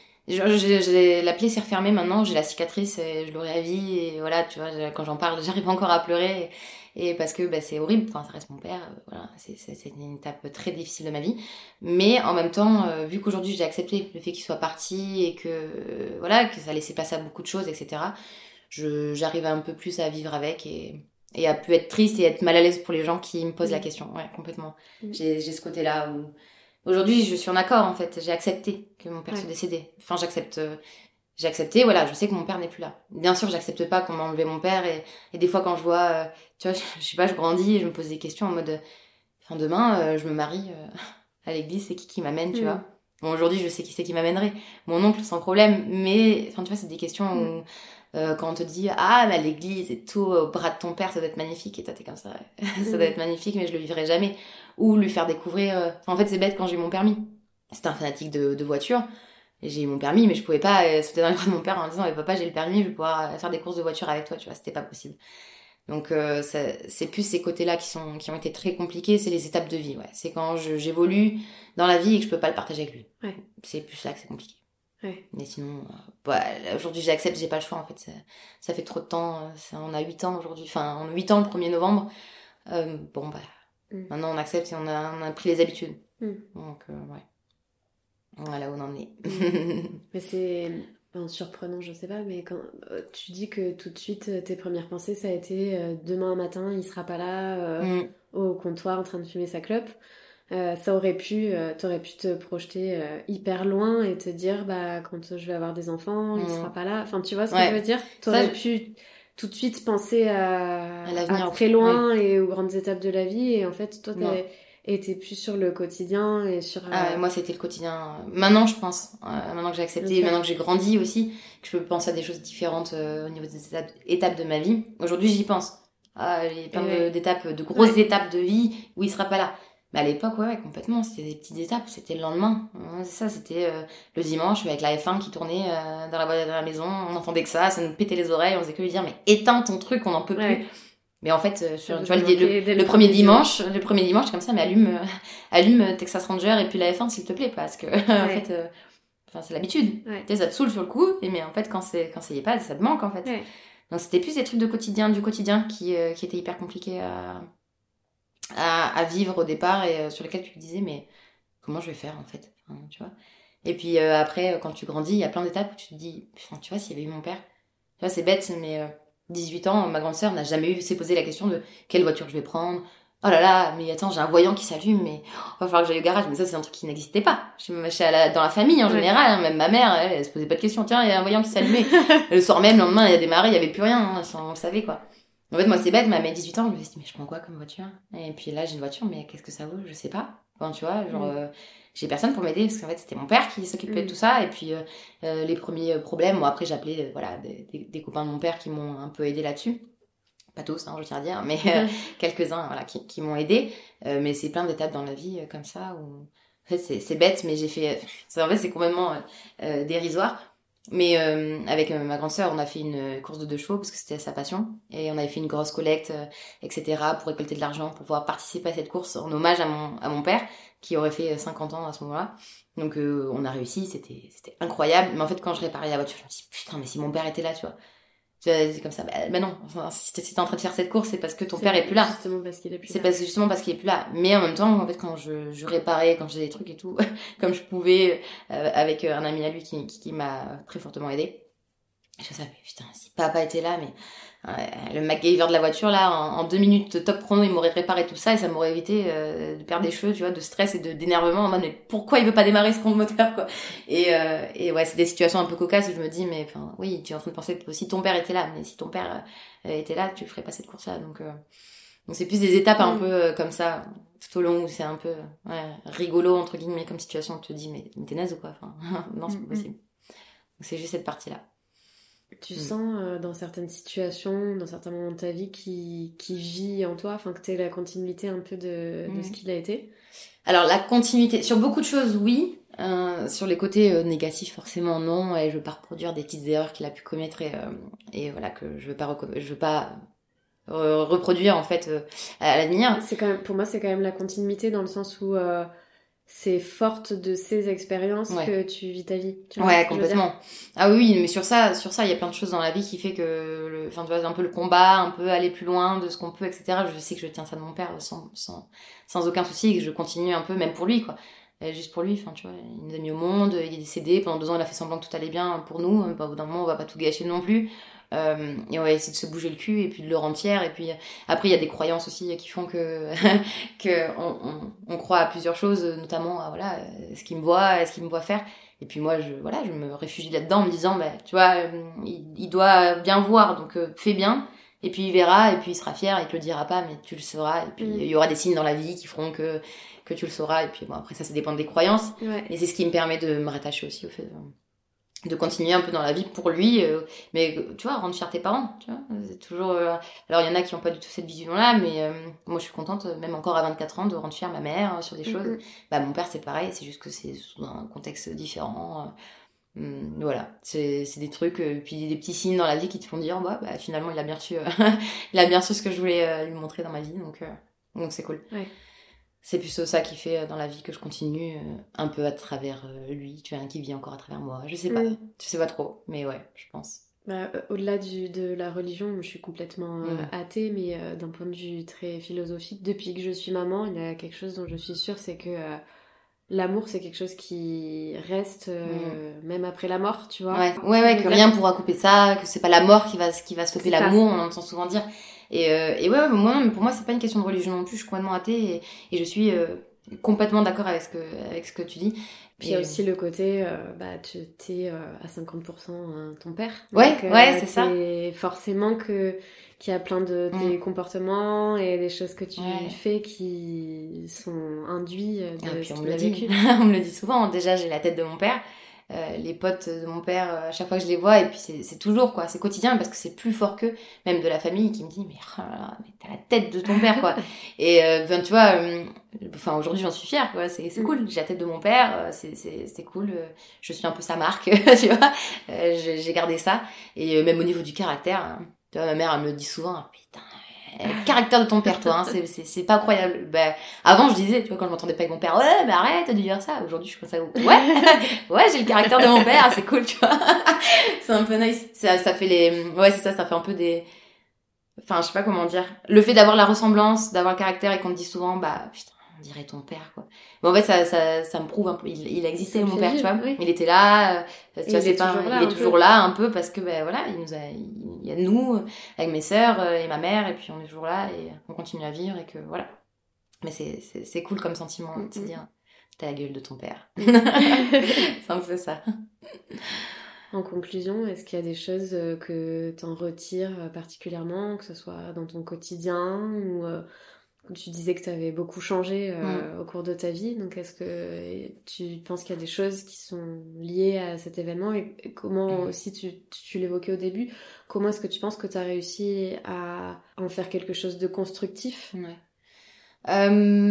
la plaie s'est refermée maintenant, j'ai la cicatrice et je l'aurai à vie et voilà, tu vois, quand j'en parle, j'arrive encore à pleurer et parce que c'est horrible, enfin ça reste mon père, voilà, c'est une étape très difficile de ma vie, mais en même temps, vu qu'aujourd'hui j'ai accepté le fait qu'il soit parti et que voilà, que ça laissait passer à beaucoup de choses, etc. J'arrive un peu plus à vivre avec et à plus être triste et être mal à l'aise pour les gens qui me posent la question, ouais, complètement. J'ai ce côté-là où aujourd'hui, je suis en accord, en fait. J'ai accepté que mon père soit décédé. Enfin, j'ai accepté, voilà, je sais que mon père n'est plus là. Bien sûr, j'accepte pas qu'on m'a enlevé mon père et des fois quand je vois, tu vois, je sais pas, je grandis et je me pose des questions en mode, enfin, demain, je me marie à l'église, c'est qui m'amène, tu vois. Bon, aujourd'hui, je sais qui c'est qui m'amènerait. Mon oncle, sans problème, mais, enfin, tu vois, c'est des questions où, quand on te dit, ah, mais à l'église et tout, au bras de ton père, ça doit être magnifique, et toi, t'es comme ça, ça doit être magnifique, mais je le vivrai jamais. Ou lui faire découvrir, en fait, c'est bête quand j'ai eu mon permis. C'était un fanatique de voiture, et j'ai eu mon permis, mais je pouvais pas sauter dans les bras de mon père en disant, papa, j'ai le permis, je vais pouvoir faire des courses de voiture avec toi, tu vois, c'était pas possible. Donc, c'est plus ces côtés-là qui ont été très compliqués, c'est les étapes de vie, ouais. C'est quand j'évolue dans la vie et que je peux pas le partager avec lui. Ouais. C'est plus là que c'est compliqué. Ouais. Mais sinon, aujourd'hui j'accepte, j'ai pas le choix en fait. Ça fait trop de temps. On a 8 ans aujourd'hui. Enfin, on a 8 ans le 1er novembre. Maintenant on accepte et on a pris les habitudes. Donc, ouais. Voilà où on en est. Mais c'est surprenant, je sais pas, mais quand tu dis que tout de suite tes premières pensées ça a été demain matin il sera pas là au comptoir en train de fumer sa clope. Ça aurait pu, t'aurais pu te projeter hyper loin et te dire quand je vais avoir des enfants il sera pas là, enfin tu vois ce que je veux dire, t'aurais pu tout de suite penser à très loin et aux grandes étapes de la vie et en fait toi t'es plus sur le quotidien et sur moi c'était le quotidien maintenant je pense maintenant que j'ai accepté, maintenant que j'ai grandi aussi, que je peux penser à des choses différentes au niveau des étapes de ma vie. Aujourd'hui j'y pense il y a plein d'étapes, de grosses étapes de vie où il sera pas là. Mais à l'époque, ouais, complètement, c'était des petites étapes, c'était le lendemain. C'est ça, c'était le dimanche avec la F1 qui tournait dans la maison, on entendait que ça nous pétait les oreilles, on faisait que lui dire mais éteins ton truc, on n'en peut plus. Mais en fait, tu vois, le premier dimanche, comme ça, mais allume Texas Ranger et puis la F1 s'il te plaît, parce que en fait, c'est l'habitude. Tu sais, ça te saoule sur le coup, mais en fait, quand ça y est pas, ça te manque en fait. Donc c'était plus des trucs du quotidien qui étaient hyper compliqués à vivre au départ et sur lesquels tu te disais mais comment je vais faire en fait, tu vois. Et puis après, quand tu grandis, il y a plein d'étapes où tu te dis, tu vois, s'il y avait eu mon père, tu vois, c'est bête, mais 18 ans, ma grande sœur n'a jamais s'est posé la question de quelle voiture je vais prendre. Oh là là, mais attends, j'ai un voyant qui s'allume, mais va falloir que j'aille au garage. Mais ça, c'est un truc qui n'existait pas. Dans la famille, en général, même ma mère, elle se posait pas de questions. Tiens, il y a un voyant qui s'allumait. Le soir même, le lendemain, il a démarré, il y avait plus rien, on le savait, quoi. En fait, moi, c'est bête, mais à mes 18 ans, je me suis dit, mais je prends quoi comme voiture? Et puis là, j'ai une voiture, mais qu'est-ce que ça vaut? Je sais pas. Enfin, tu vois, genre, j'ai personne pour m'aider, parce qu'en fait, c'était mon père qui s'occupait de tout ça. Et puis, les premiers problèmes, moi, après, j'appelais, des copains de mon père qui m'ont un peu aidé là-dessus. Pas tous, je tiens à dire, mais quelques-uns, voilà, qui m'ont aidé. Mais c'est plein d'étapes dans la vie, comme ça, où, en fait, c'est bête, mais en fait, c'est complètement dérisoire. Mais avec ma grande sœur, on a fait une course de 2 chevaux parce que c'était sa passion et on avait fait une grosse collecte, etc. pour récolter de l'argent pour pouvoir participer à cette course en hommage à mon père qui aurait fait 50 ans à ce moment-là. Donc on a réussi, c'était incroyable. Mais en fait, quand je réparais la voiture, je me suis dit putain, mais si mon père était là, tu vois. C'est comme ça, bah non, enfin, si t'es en train de faire cette course, c'est parce que ton père est plus là. Justement parce qu'il est plus là. C'est justement parce qu'il est plus là. Mais en même temps, en fait, quand je réparais, quand je faisais des trucs et tout, comme je pouvais, avec un ami à lui qui m'a très fortement aidé, je savais, putain, si papa était là, mais le MacGyver de la voiture, là, en 2 minutes top chrono, il m'aurait réparé tout ça et ça m'aurait évité de perdre des cheveux, tu vois, de stress et d'énervement en mode, mais pourquoi il veut pas démarrer ce con de moteur, quoi. Et ouais, c'est des situations un peu cocasses où je me dis, mais enfin, oui, tu es en train de penser que si ton père était là, mais si ton père était là, tu ferais pas cette course-là. Donc c'est plus des étapes un peu comme ça, tout au long, où c'est un peu rigolo, entre guillemets, comme situation, tu te dis, mais t'es naze ou quoi, enfin, non, c'est pas possible. Donc c'est juste cette partie-là. Tu sens dans certaines situations, dans certains moments de ta vie qui vit en toi, enfin que t'aies la continuité un peu de ce qu'il a été? Alors la continuité, sur beaucoup de choses, oui. Sur les côtés négatifs, forcément non. Et je veux pas reproduire des petites erreurs qu'il a pu commettre et voilà que je veux pas reproduire en fait à l'avenir. C'est quand même, pour moi, c'est quand même la continuité dans le sens où c'est forte de ces expériences que tu vis ta vie. Tu vois ouais, complètement. Ah oui, mais sur ça, il y a plein de choses dans la vie qui fait que, enfin, tu vois, un peu le combat, un peu aller plus loin de ce qu'on peut, etc. Je sais que je tiens ça de mon père sans aucun souci et que je continue un peu, même pour lui, quoi. Et juste pour lui, enfin, tu vois, il nous a mis au monde, il est décédé, pendant 2 ans, il a fait semblant que tout allait bien pour nous. Au bout d'un moment, on va pas tout gâcher non plus. Et on va essayer de se bouger le cul et puis de le rendre fier. Et puis après il y a des croyances aussi qui font que on croit à plusieurs choses, notamment à voilà ce qu'il me voit faire. Et puis moi je me réfugie là-dedans en me disant bah tu vois il doit bien voir donc fais bien et puis il verra et puis il sera fier, il te le dira pas mais tu le sauras et puis il y aura des signes dans la vie qui feront que tu le sauras et puis bon après ça dépend des croyances et c'est ce qui me permet de me rattacher aussi au fait de continuer un peu dans la vie pour lui mais tu vois rendre fier tes parents, tu vois, c'est toujours alors il y en a qui ont pas du tout cette vision là mais moi je suis contente même encore à 24 ans de rendre fier ma mère sur des choses. Bah mon père c'est pareil, c'est juste que c'est sous un contexte différent. Voilà, c'est des trucs puis des petits signes dans la vie qui te font dire bah finalement il a bien reçu ce que je voulais lui montrer dans ma vie donc c'est cool. C'est plus ça qui fait dans la vie que je continue un peu à travers lui, tu vois, qui vit encore à travers moi. Je sais pas trop, mais ouais, je pense. Bah, au-delà de la religion, je suis complètement athée, mais d'un point de vue très philosophique, depuis que je suis maman, il y a quelque chose dont je suis sûre, c'est que l'amour, c'est quelque chose qui reste même après la mort, tu vois. Ouais, que rien pourra couper ça, que c'est pas la mort qui va stopper l'amour, on entend souvent dire. Et ouais, moi, pour moi, c'est pas une question de religion non plus, je suis complètement athée et je suis complètement d'accord avec ce que tu dis. Puis il y a aussi le côté, tu t'es à 50% ton père. Ouais, c'est ça. Forcément qu'il y a plein de tes comportements et des choses que tu fais qui sont induits de et puis ce on qu'il me le a dit. vécu. On me le dit souvent. Déjà, j'ai la tête de mon père. les potes de mon père, à chaque fois que je les vois, et puis c'est toujours, quoi, c'est quotidien, parce que c'est plus fort qu'eux, même de la famille, qui me dit, mais, oh là là, mais t'as la tête de ton père, quoi. Et, ben, tu vois, enfin, aujourd'hui, j'en suis fière, quoi, c'est cool, j'ai la tête de mon père, c'est cool, je suis un peu sa marque, tu vois, j'ai gardé ça, et même au niveau du caractère, hein, tu vois, ma mère, elle me dit souvent, putain, le caractère de ton père, toi, hein, c'est pas incroyable. Ben, avant, je disais, tu vois, quand je m'entendais pas avec mon père, ouais, mais arrête de dire ça. Aujourd'hui, je suis comme ça, ouais, j'ai le caractère de mon père, c'est cool, tu vois. C'est un peu nice. Ça fait ouais, c'est ça fait un peu des, enfin, je sais pas comment dire. Le fait d'avoir la ressemblance, d'avoir le caractère et qu'on te dit souvent, bah, putain, on dirait ton père, quoi. Mais en fait, ça me prouve un peu. Il existait, mon père, tu vois. Oui. Il était là, tu vois, c'est pas, il est toujours là, un peu, parce que, ben, voilà, il y a nous, avec mes sœurs et ma mère, et puis on est toujours là, et on continue à vivre, et que, voilà. Mais c'est cool comme sentiment, de se dire, t'as la gueule de ton père. C'est un peu ça. En conclusion, est-ce qu'il y a des choses que t'en retires particulièrement, que ce soit dans ton quotidien ou tu disais que t'avais beaucoup changé au cours de ta vie, donc est-ce que tu penses qu'il y a des choses qui sont liées à cet événement et comment aussi tu l'évoquais au début, comment est-ce que tu penses que t'as réussi à en faire quelque chose de constructif? Ouais.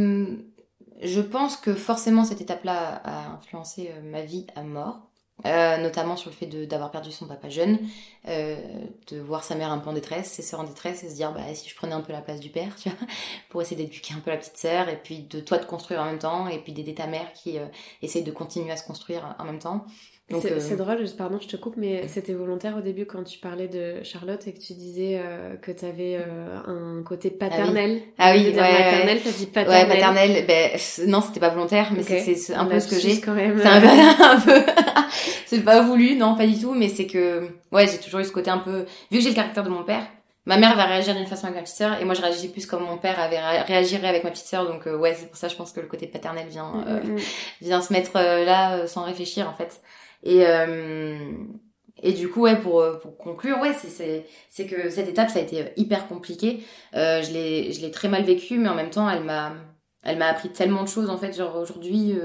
Je pense que forcément cette étape-là a influencé ma vie à mort. Notamment sur le fait d'avoir perdu son papa jeune, de voir sa mère un peu en détresse, ses sœurs en détresse, et se dire bah si je prenais un peu la place du père, tu vois, pour essayer d'éduquer un peu la petite sœur, et puis de toi de construire en même temps, et puis d'aider ta mère qui essaye de continuer à se construire en même temps. Donc, c'est drôle, pardon, je te coupe, mais c'était volontaire au début quand tu parlais de Charlotte et que tu disais que tu avais un côté paternel. Ah oui, maternel, t'as dit paternel. Ouais, paternel, non, c'était pas volontaire, mais c'est un peu ce que j'ai. Quand même. C'est un peu, c'est pas voulu, non, pas du tout, mais c'est que, ouais, j'ai toujours eu ce côté un peu, vu que j'ai le caractère de mon père, ma mère va réagir d'une façon avec ma petite sœur, et moi je réagis plus comme mon père avait réagirait avec ma petite sœur, donc ouais, c'est pour ça je pense que le côté paternel vient se mettre là sans réfléchir en fait. Et du coup, ouais, pour conclure, ouais, c'est que cette étape, ça a été hyper compliqué. Je l'ai très mal vécue, mais en même temps, elle m'a appris tellement de choses, en fait. Genre, aujourd'hui,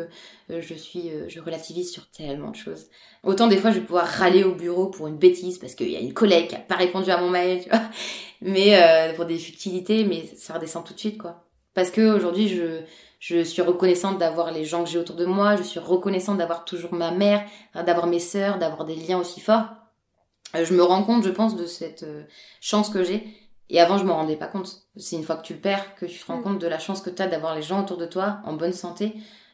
je relativise sur tellement de choses. Autant, des fois, je vais pouvoir râler au bureau pour une bêtise, parce qu'il y a une collègue qui a pas répondu à mon mail, tu vois. Mais, pour des futilités, mais ça redescend tout de suite, quoi. Parce que aujourd'hui, je suis reconnaissante d'avoir les gens que j'ai autour de moi, je suis reconnaissante d'avoir toujours ma mère, d'avoir mes sœurs, d'avoir des liens aussi forts. Je me rends compte, je pense, de cette chance que j'ai. Et avant, je me rendais pas compte. C'est une fois que tu le perds que tu te rends compte de la chance que tu as d'avoir les gens autour de toi en bonne santé.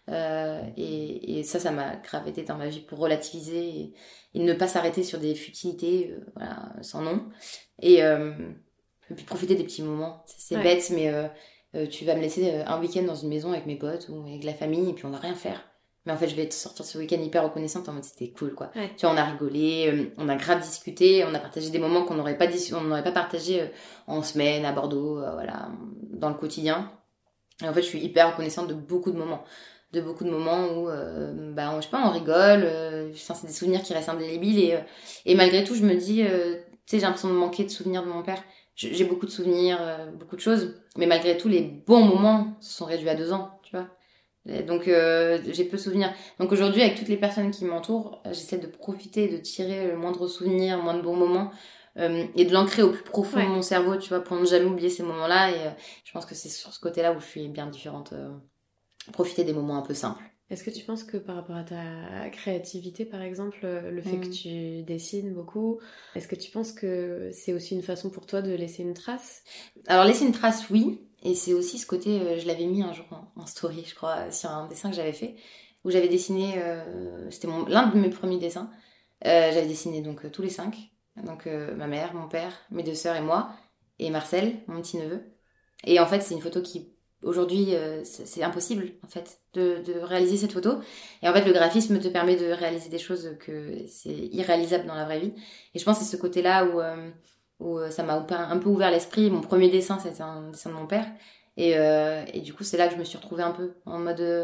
Et ça m'a grave aidé dans ma vie pour relativiser et ne pas s'arrêter sur des futilités voilà, sans nom. Et puis profiter des petits moments. C'est bête, mais... tu vas me laisser un week-end dans une maison avec mes potes ou avec la famille et puis on va rien faire. Mais en fait, je vais te sortir ce week-end hyper reconnaissante en mode c'était cool, quoi. Ouais. Tu vois, on a rigolé, on a grave discuté, on a partagé des moments qu'on n'aurait pas partagé en semaine à Bordeaux, voilà, dans le quotidien. Et en fait, je suis hyper reconnaissante de beaucoup de moments. Où, je sais pas, on rigole, c'est des souvenirs qui restent indélébiles et malgré tout, je me dis, tu sais, j'ai l'impression de manquer de souvenirs de mon père. J'ai beaucoup de souvenirs, beaucoup de choses, mais malgré tout, les bons moments se sont réduits à 2 ans, tu vois. Et donc, j'ai peu de souvenirs. Donc aujourd'hui, avec toutes les personnes qui m'entourent, j'essaie de profiter, de tirer le moindre souvenir, le moindre bon moment, et de l'ancrer au plus profond de mon cerveau, tu vois, pour ne jamais oublier ces moments-là. Et je pense que c'est sur ce côté-là où je suis bien différente. Profiter des moments un peu simples. Est-ce que tu penses que par rapport à ta créativité, par exemple, le fait que tu dessines beaucoup, est-ce que tu penses que c'est aussi une façon pour toi de laisser une trace ? Alors, laisser une trace, oui. Et c'est aussi ce côté, je l'avais mis un jour en story, je crois, sur un dessin que j'avais fait, où j'avais dessiné, c'était l'un de mes premiers dessins. J'avais dessiné donc tous les 5. Donc, ma mère, mon père, mes 2 sœurs et moi, et Marcel, mon petit-neveu. Et en fait, c'est une photo qui... Aujourd'hui, c'est impossible, en fait, de réaliser cette photo. Et en fait, le graphisme te permet de réaliser des choses que c'est irréalisable dans la vraie vie. Et je pense que c'est ce côté-là où ça m'a un peu ouvert l'esprit. Mon premier dessin, c'était un dessin de mon père. Et du coup, c'est là que je me suis retrouvée un peu en mode...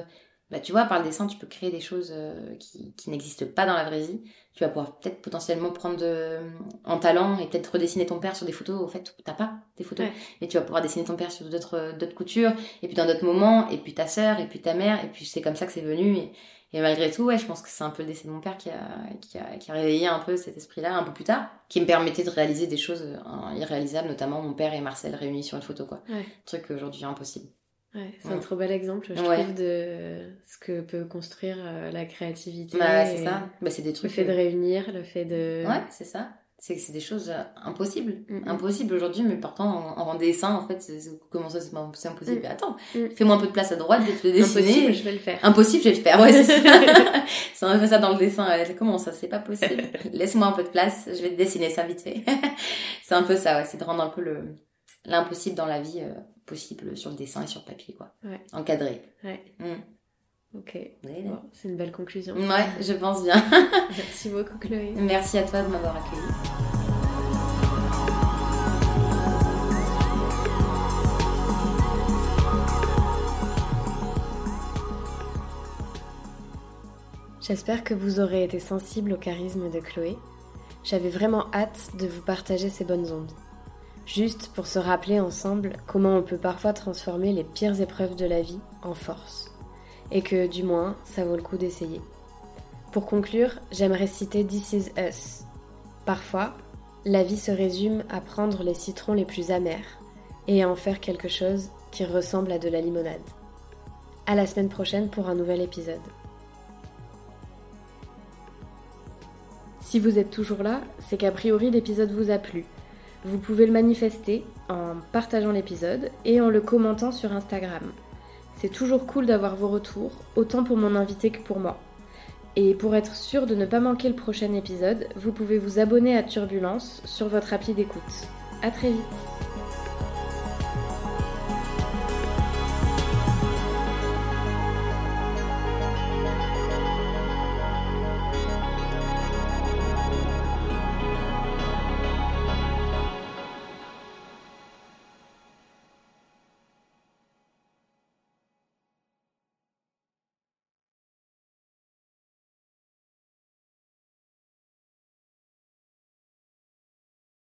tu vois, par le dessin, tu peux créer des choses qui n'existent pas dans la vraie vie. Tu vas pouvoir peut-être potentiellement prendre en talent et peut-être redessiner ton père sur des photos. En fait, t'as pas des photos. Ouais. Mais tu vas pouvoir dessiner ton père sur d'autres coutures, et puis dans d'autres moments, et puis ta sœur, et puis ta mère, et puis c'est comme ça que c'est venu. Et malgré tout, ouais, je pense que c'est un peu le décès de mon père qui a réveillé un peu cet esprit-là un peu plus tard, qui me permettait de réaliser des choses irréalisables, notamment mon père et Marcel réunis sur une photo, quoi. Ouais. Truc aujourd'hui impossible. Ouais, c'est un trop bel exemple, je Ouais. trouve, de ce que peut construire la créativité. Bah, c'est et ça. Bah, c'est des Le trucs. fait de réunir, le fait de... Ouais, c'est ça. C'est des choses impossibles. Mm-mm. Impossibles aujourd'hui, mais pourtant, en dessin, en fait, comment ça, c'est impossible. Mm. Attends, Mm. fais-moi un peu de place à droite, je vais te le dessiner. Impossible, je vais le faire. Impossible, je vais le faire. Ouais, c'est ça. C'est un peu ça dans le dessin. Comment ça, c'est pas possible. Laisse-moi un peu de place, je vais te dessiner ça vite fait. C'est un peu ça, ouais. C'est de rendre un peu l'impossible dans la vie possible sur le dessin et sur le papier, quoi. Ouais. Encadré. Ouais. Ok. Ouais, Bon, c'est une belle conclusion. je pense bien. Merci beaucoup, Chloé. Merci à toi de m'avoir accueilli. J'espère que vous aurez été sensible au charisme de Chloé. J'avais vraiment hâte de vous partager ces bonnes ondes. Juste pour se rappeler ensemble comment on peut parfois transformer les pires épreuves de la vie en force. Et que, du moins, ça vaut le coup d'essayer. Pour conclure, j'aimerais citer This Is Us. Parfois, la vie se résume à prendre les citrons les plus amers et à en faire quelque chose qui ressemble à de la limonade. À la semaine prochaine pour un nouvel épisode. Si vous êtes toujours là, c'est qu'a priori l'épisode vous a plu. Vous pouvez le manifester en partageant l'épisode et en le commentant sur Instagram. C'est toujours cool d'avoir vos retours, autant pour mon invité que pour moi. Et pour être sûr de ne pas manquer le prochain épisode, vous pouvez vous abonner à Turbulence sur votre appli d'écoute. À très vite!